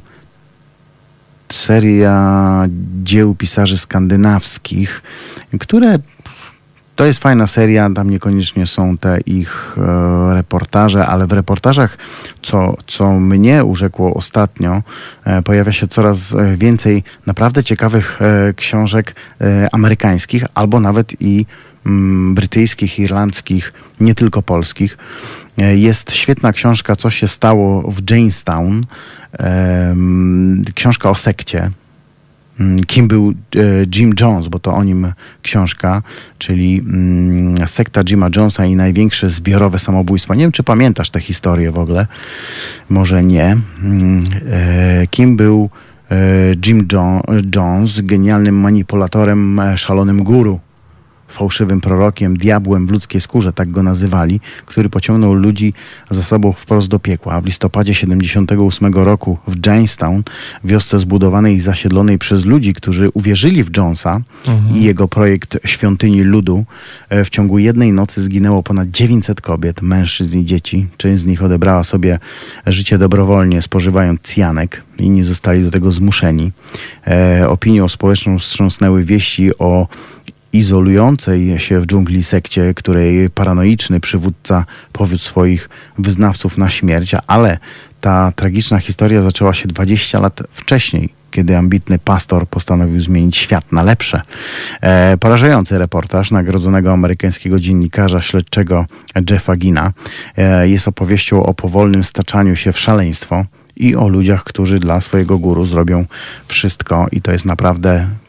seria dzieł pisarzy skandynawskich, które to jest fajna seria, tam niekoniecznie są te ich reportaże, ale w reportażach, co mnie urzekło ostatnio, pojawia się coraz więcej naprawdę ciekawych książek amerykańskich, albo nawet i brytyjskich, irlandzkich, nie tylko polskich. Jest świetna książka Co się stało w Jamestown, książka o sekcie. Kim był Jim Jones, bo to o nim książka, czyli sekta Jima Jonesa i największe zbiorowe samobójstwo. Nie wiem, czy pamiętasz tę historię w ogóle. Może nie. Kim był Jim Jones, genialnym manipulatorem, szalonym guru, fałszywym prorokiem, diabłem w ludzkiej skórze, tak go nazywali, który pociągnął ludzi za sobą wprost do piekła. W listopadzie 1978 roku w Jamestown, wiosce zbudowanej i zasiedlonej przez ludzi, którzy uwierzyli w Jonesa i jego projekt Świątyni Ludu, w ciągu jednej nocy zginęło ponad 900 kobiet, mężczyzn i dzieci. Część z nich odebrała sobie życie dobrowolnie, spożywając cyjanek. Inni zostali do tego zmuszeni. Opinią społeczną wstrząsnęły wieści o izolującej się w dżungli sekcie, której paranoiczny przywódca powiódł swoich wyznawców na śmierć, ale ta tragiczna historia zaczęła się 20 lat wcześniej, kiedy ambitny pastor postanowił zmienić świat na lepsze. Porażający reportaż nagrodzonego amerykańskiego dziennikarza śledczego Jeffa Gina jest opowieścią o powolnym staczaniu się w szaleństwo i o ludziach, którzy dla swojego guru zrobią wszystko, i to jest naprawdę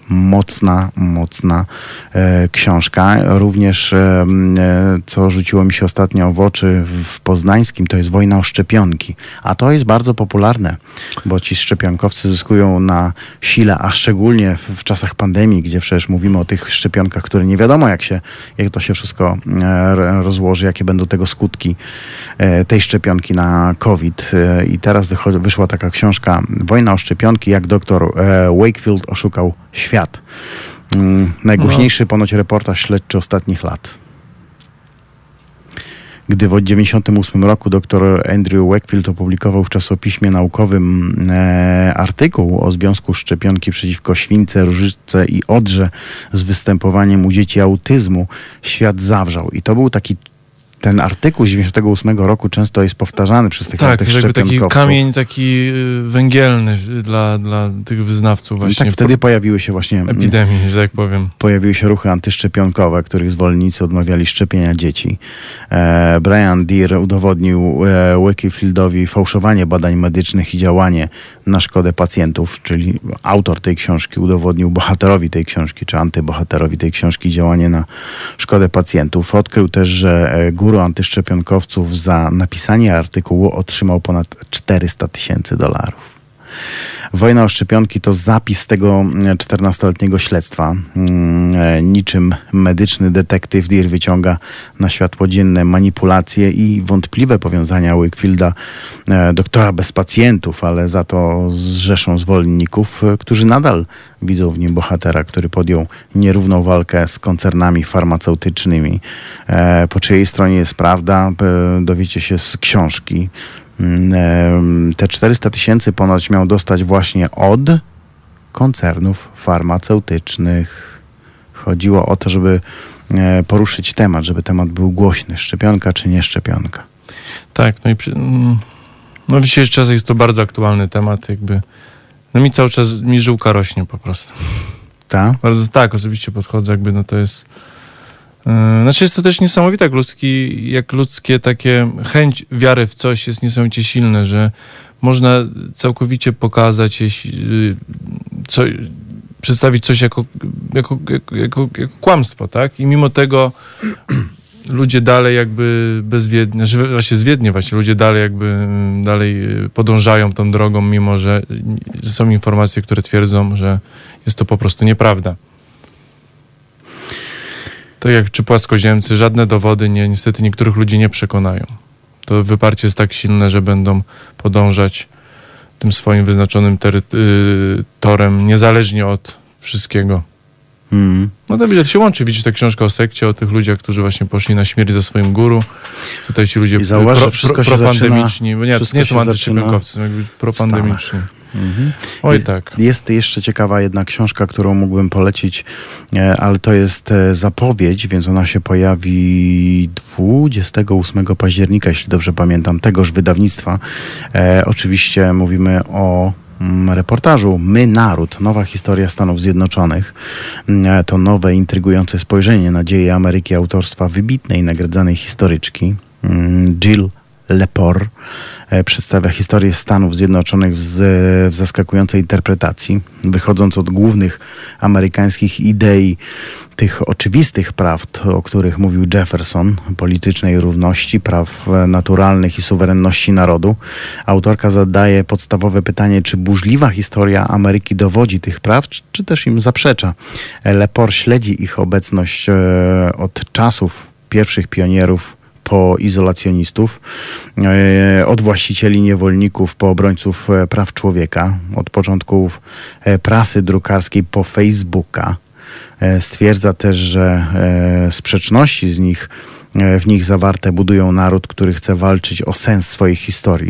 mocna książka. Również co rzuciło mi się ostatnio w oczy w Poznańskim, to jest Wojna o szczepionki. A to jest bardzo popularne, bo ci szczepionkowcy zyskują na sile, a szczególnie w czasach pandemii, gdzie przecież mówimy o tych szczepionkach, które nie wiadomo jak to się wszystko rozłoży, jakie będą tego skutki tej szczepionki na COVID. I teraz wyszła taka książka Wojna o szczepionki, jak doktor Wakefield oszukał świat. Najgłośniejszy ponoć reportaż śledczy ostatnich lat. Gdy w 1998 roku dr Andrew Wakefield opublikował w czasopiśmie naukowym artykuł o związku szczepionki przeciwko śwince, różyczce i odrze z występowaniem u dzieci autyzmu, świat zawrzał. I to był ten artykuł z 1998 roku często jest powtarzany przez tych szczepionkowców. Tak, taki kamień węgielny dla tych wyznawców właśnie. Tak, wtedy pojawiły się właśnie epidemii, że tak powiem. Pojawiły się ruchy antyszczepionkowe, których zwolennicy odmawiali szczepienia dzieci. Brian Deere udowodnił Wakefieldowi fałszowanie badań medycznych i działanie na szkodę pacjentów, czyli autor tej książki udowodnił bohaterowi tej książki, czy antybohaterowi tej książki działanie na szkodę pacjentów. Odkrył też, że guru antyszczepionkowców za napisanie artykułu otrzymał ponad $400,000. Wojna o szczepionki to zapis tego 14-letniego śledztwa. Niczym medyczny detektyw Deere wyciąga na światło dzienne manipulacje i wątpliwe powiązania Wakefielda, doktora bez pacjentów, ale za to z rzeszą zwolenników, którzy nadal widzą w nim bohatera, który podjął nierówną walkę z koncernami farmaceutycznymi. Po czyjej stronie jest prawda, dowiecie się z książki. Te $400,000 ponoć miał dostać właśnie od koncernów farmaceutycznych. Chodziło o to, żeby poruszyć temat, żeby temat był głośny. Szczepionka czy nie szczepionka? Tak, w dzisiejszych czasach jest to bardzo aktualny temat, mi cały czas żyłka rośnie po prostu. Tak? Tak, osobiście podchodzę, to jest... jest to też niesamowite, jak ludzkie takie chęć wiary w coś jest niesamowicie silne, że można całkowicie pokazać, przedstawić coś jako kłamstwo, tak? I mimo tego ludzie dalej bezwiednie, zwiednie ludzie dalej podążają tą drogą, mimo że są informacje, które twierdzą, że jest to po prostu nieprawda. Tak jak czy płaskoziemcy, żadne dowody niestety niektórych ludzi nie przekonają. To wyparcie jest tak silne, że będą podążać tym swoim wyznaczonym torem, niezależnie od wszystkiego. No to się łączy, widzisz, ta książka o sekcie, o tych ludziach, którzy właśnie poszli na śmierć za swoim guru. Tutaj ci ludzie propandemiczni, bo nie są antyszczepionkowcy, są propandemiczni. Oj tak. Jest jeszcze ciekawa jedna książka, którą mógłbym polecić, ale to jest zapowiedź, więc ona się pojawi 28 października, jeśli dobrze pamiętam, tegoż wydawnictwa. Oczywiście mówimy o reportażu My Naród, nowa historia Stanów Zjednoczonych. To nowe, intrygujące spojrzenie na dzieje Ameryki autorstwa wybitnej, nagradzanej historyczki Jill Lepore. Przedstawia historię Stanów Zjednoczonych w zaskakującej interpretacji, wychodząc od głównych amerykańskich idei, tych oczywistych prawd, o których mówił Jefferson, politycznej równości, praw naturalnych i suwerenności narodu. Autorka zadaje podstawowe pytanie, czy burzliwa historia Ameryki dowodzi tych praw, czy też im zaprzecza. Lepore śledzi ich obecność od czasów pierwszych pionierów po izolacjonistów, od właścicieli niewolników po obrońców praw człowieka, od początków prasy drukarskiej po Facebooka. Stwierdza też, że sprzeczności w nich zawarte budują naród, który chce walczyć o sens swojej historii.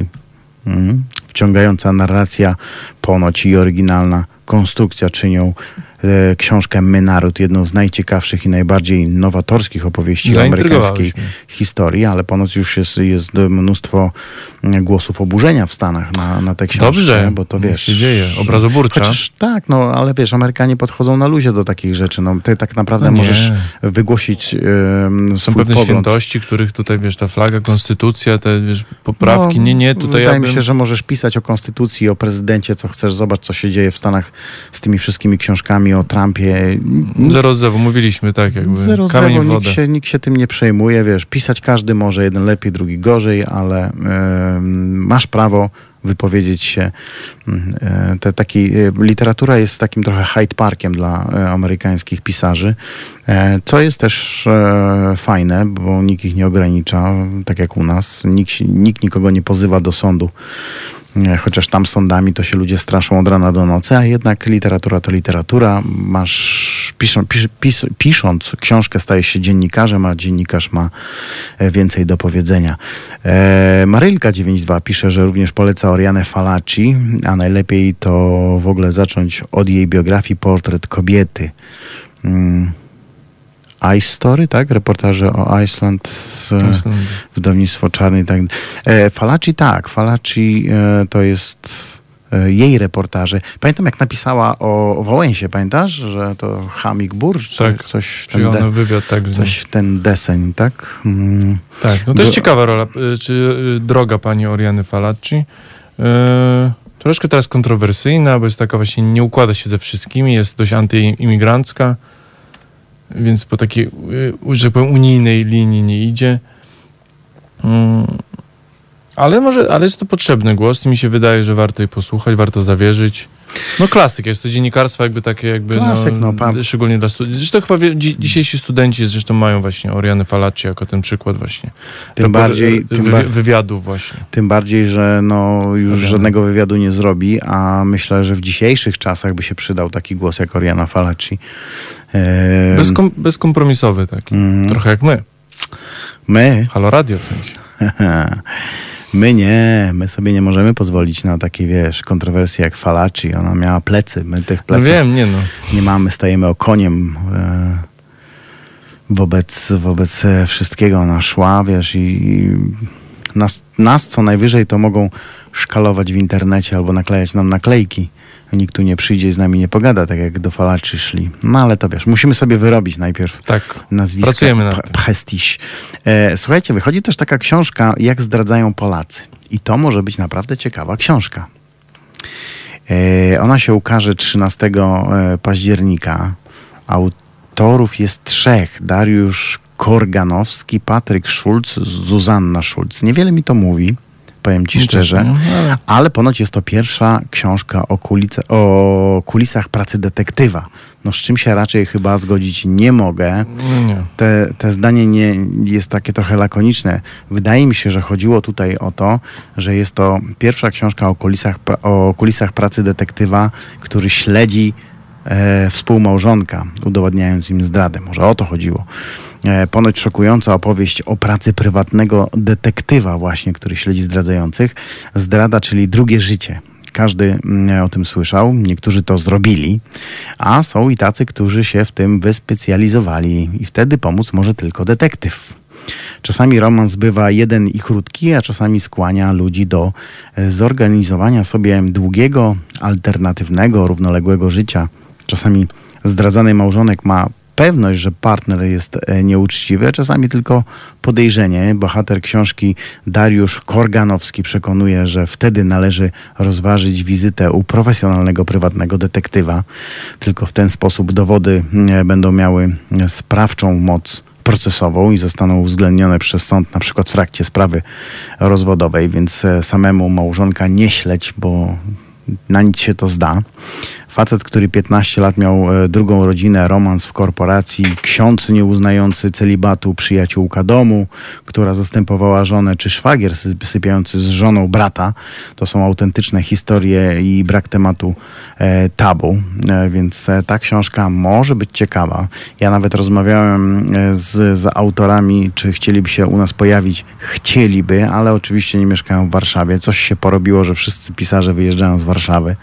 Wciągająca narracja ponoć i oryginalna konstrukcja czynią książkę My Naród jedną z najciekawszych i najbardziej nowatorskich opowieści o amerykańskiej historii, ale ponoć już jest mnóstwo głosów oburzenia w Stanach na tę książkę. Dobrze, bo to wiesz, się dzieje, obrazoburcza. Chociaż, tak, ale wiesz, Amerykanie podchodzą na luzie do takich rzeczy. Ty tak naprawdę możesz wygłosić są pewne pogląd. świętości, których tutaj, wiesz, ta flaga, konstytucja, te poprawki, tutaj wydaje mi się, że możesz pisać o konstytucji, o prezydencie, co chcesz. Zobacz, co się dzieje w Stanach z tymi wszystkimi książkami czasami o Trumpie. Zero zewu, mówiliśmy tak jakby. Zero Kamień zewu, w wodę. nikt się tym nie przejmuje, wiesz, pisać każdy może, jeden lepiej, drugi gorzej, ale masz prawo wypowiedzieć się. Literatura jest takim trochę Hyde Parkiem dla amerykańskich pisarzy, co jest też fajne, bo nikt ich nie ogranicza, tak jak u nas. Nikt nikogo nie pozywa do sądu. Chociaż tam sądami to się ludzie straszą od rana do nocy, a jednak literatura to literatura. Pisząc książkę stajesz się dziennikarzem, a dziennikarz ma więcej do powiedzenia. Marylka 92 pisze, że również poleca Orianę Fallaci, a najlepiej to w ogóle zacząć od jej biografii Portret kobiety. Ice Story, tak? Reportaże o Iceland, wydawnictwo Czarny i tak. Fallaci tak. Fallaci to jest jej reportaże. Pamiętam, jak napisała o Wałęsie, pamiętasz? Że to Hamik-Bur? Tak, coś w ten wywiad, tak. Coś w ten deseń, tak? Tak, no to jest ciekawa rola, czy droga pani Oriany Fallaci. Troszkę teraz kontrowersyjna, bo jest taka właśnie, nie układa się ze wszystkimi, jest dość antyimigrancka, więc po takiej, że powiem, unijnej linii nie idzie. Ale jest to potrzebny głos i mi się wydaje, że warto jej posłuchać, warto zawierzyć. No klasyk, jest to dziennikarstwo jakby takie jakby, klasyk, szczególnie dla studentów. Zresztą chyba dzisiejsi studenci zresztą mają właśnie Orianę Fallaci jako ten przykład właśnie. Wywiadów właśnie. Tym bardziej, że już żadnego wywiadu nie zrobi, a myślę, że w dzisiejszych czasach by się przydał taki głos jak Oriana Fallaci. Bezkompromisowy taki. Trochę jak my. My? Halo Radio w sensie. My sobie nie możemy pozwolić na takie, wiesz, kontrowersje jak Fallaci. Ona miała plecy, my tych pleców nie mamy, stajemy okoniem wobec wszystkiego. Ona szła, wiesz, i nas co najwyżej to mogą szkalować w internecie albo naklejać nam naklejki. Nikt tu nie przyjdzie i z nami nie pogada, tak jak do Fallaci szli. No ale to wiesz, musimy sobie wyrobić najpierw nazwisko. Pracujemy nad tym. Prestiż. Słuchajcie, wychodzi też taka książka, Jak zdradzają Polacy. I to może być naprawdę ciekawa książka. Ona się ukaże 13 października. Autorów jest 3. Dariusz Korganowski, Patryk Szulc, Zuzanna Szulc. Niewiele mi to mówi, powiem ci szczerze, ale ponoć jest to pierwsza książka o kulisach pracy detektywa. No z czym się raczej chyba zgodzić nie mogę. Nie. Te zdanie nie jest takie trochę lakoniczne. Wydaje mi się, że chodziło tutaj o to, że jest to pierwsza książka o kulisach pracy detektywa, który śledzi współmałżonka, udowadniając im zdradę. Może o to chodziło. Ponoć szokująca opowieść o pracy prywatnego detektywa właśnie, który śledzi zdradzających. Zdrada, czyli drugie życie. Każdy o tym słyszał, niektórzy to zrobili, a są i tacy, którzy się w tym wyspecjalizowali i wtedy pomóc może tylko detektyw. Czasami romans bywa jeden i krótki, a czasami skłania ludzi do zorganizowania sobie długiego, alternatywnego, równoległego życia. Czasami zdradzany małżonek ma pewność, że partner jest nieuczciwy, a czasami tylko podejrzenie. Bohater książki Dariusz Korganowski przekonuje, że wtedy należy rozważyć wizytę u profesjonalnego, prywatnego detektywa. Tylko w ten sposób dowody będą miały sprawczą moc procesową i zostaną uwzględnione przez sąd na przykład w trakcie sprawy rozwodowej, więc samemu małżonka nie śledź, bo na nic się to zda. Facet, który 15 lat miał drugą rodzinę, romans w korporacji, ksiądz nieuznający celibatu, przyjaciółka domu, która zastępowała żonę, czy szwagier sypiający z żoną brata. To są autentyczne historie i brak tematu tabu, więc ta książka może być ciekawa. Ja nawet rozmawiałem z autorami, czy chcieliby się u nas pojawić. Chcieliby, ale oczywiście nie mieszkają w Warszawie. Coś się porobiło, że wszyscy pisarze wyjeżdżają z Warszawy.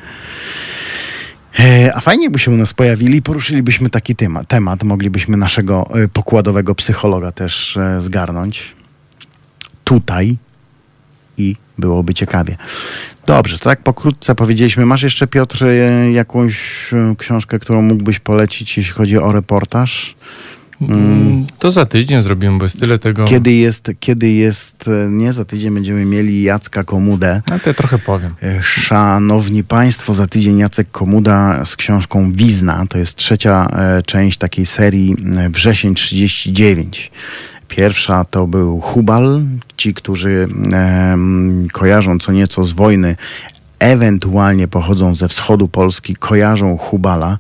A fajnie by się u nas pojawili, poruszylibyśmy taki temat. Moglibyśmy naszego pokładowego psychologa też zgarnąć tutaj i byłoby ciekawie. Dobrze, to tak pokrótce powiedzieliśmy. Masz jeszcze, Piotr, jakąś książkę, którą mógłbyś polecić, jeśli chodzi o reportaż? To za tydzień zrobimy, bo jest tyle tego. Kiedy jest, nie za tydzień będziemy mieli Jacka Komudę. A to ja trochę powiem. Szanowni Państwo, za tydzień Jacek Komuda z książką Wizna. To jest trzecia część takiej serii Wrzesień 39. Pierwsza to był Hubal. Ci, którzy kojarzą co nieco z wojny, ewentualnie pochodzą ze wschodu Polski, kojarzą Hubala.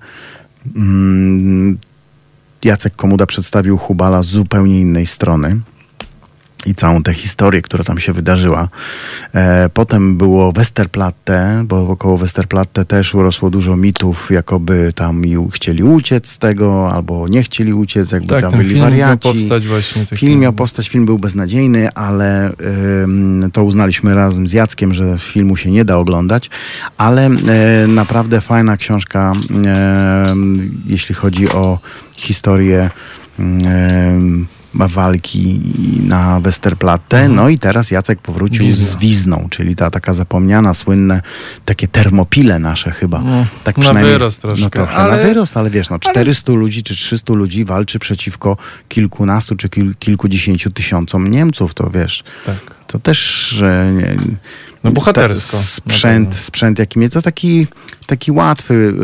Jacek Komuda przedstawił Hubala z zupełnie innej strony i całą tę historię, która tam się wydarzyła. Potem było Westerplatte, bo wokoło Westerplatte też urosło dużo mitów, jakoby tam chcieli uciec z tego, albo nie chcieli uciec, jakby tak, tam ten byli film wariaci. miał powstać właśnie. Film miał powstać, film był beznadziejny, ale to uznaliśmy razem z Jackiem, że filmu się nie da oglądać, ale naprawdę fajna książka, jeśli chodzi o historię walki na Westerplatte. No i teraz Jacek powrócił z Wizną, czyli ta taka zapomniana, słynne, takie termopile nasze chyba. Tak na wyrost troszkę. No trochę na wyrost, ale wiesz, 400 ludzi czy 300 ludzi walczy przeciwko kilkunastu czy kilkudziesięciu tysiącom Niemców, to wiesz. Tak. To też... No bohatersko. Sprzęt jaki mnie, to taki łatwy...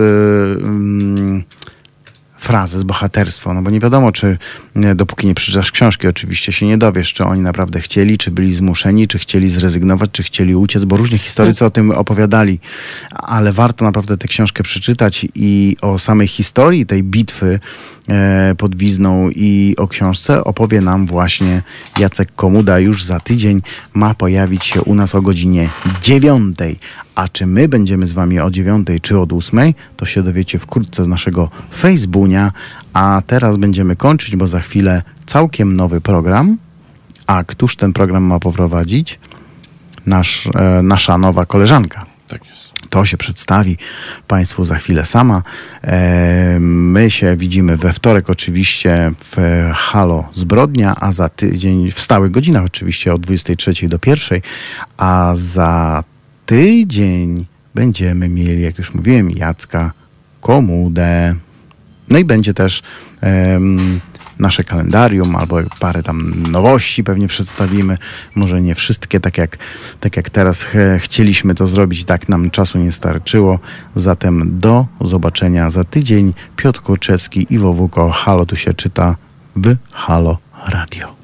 frazę z bohaterstwo, no bo nie wiadomo, czy dopóki nie przeczytasz książki, oczywiście się nie dowiesz, czy oni naprawdę chcieli, czy byli zmuszeni, czy chcieli zrezygnować, czy chcieli uciec, bo różnie historycy o tym opowiadali, ale warto naprawdę tę książkę przeczytać i o samej historii tej bitwy pod Wizną i o książce opowie nam właśnie Jacek Komuda. Już za tydzień ma pojawić się u nas o godzinie 9. A czy my będziemy z wami o 9 czy od 8, to się dowiecie wkrótce z naszego Facebooka. A teraz będziemy kończyć, bo za chwilę całkiem nowy program. A któż ten program ma poprowadzić? Nasza nowa koleżanka. Tak jest. To się przedstawi Państwu za chwilę sama. My się widzimy we wtorek oczywiście w Halo Zbrodnia, a za tydzień w stałych godzinach oczywiście od 23 do 1, a za tydzień będziemy mieli, jak już mówiłem, Jacka Komudę. No i będzie też nasze kalendarium, albo parę tam nowości pewnie przedstawimy. Może nie wszystkie, tak jak teraz chcieliśmy to zrobić, tak nam czasu nie starczyło. Zatem do zobaczenia za tydzień. Piotr Kurczewski, Iwo Wuko, Halo tu się czyta w Halo Radio.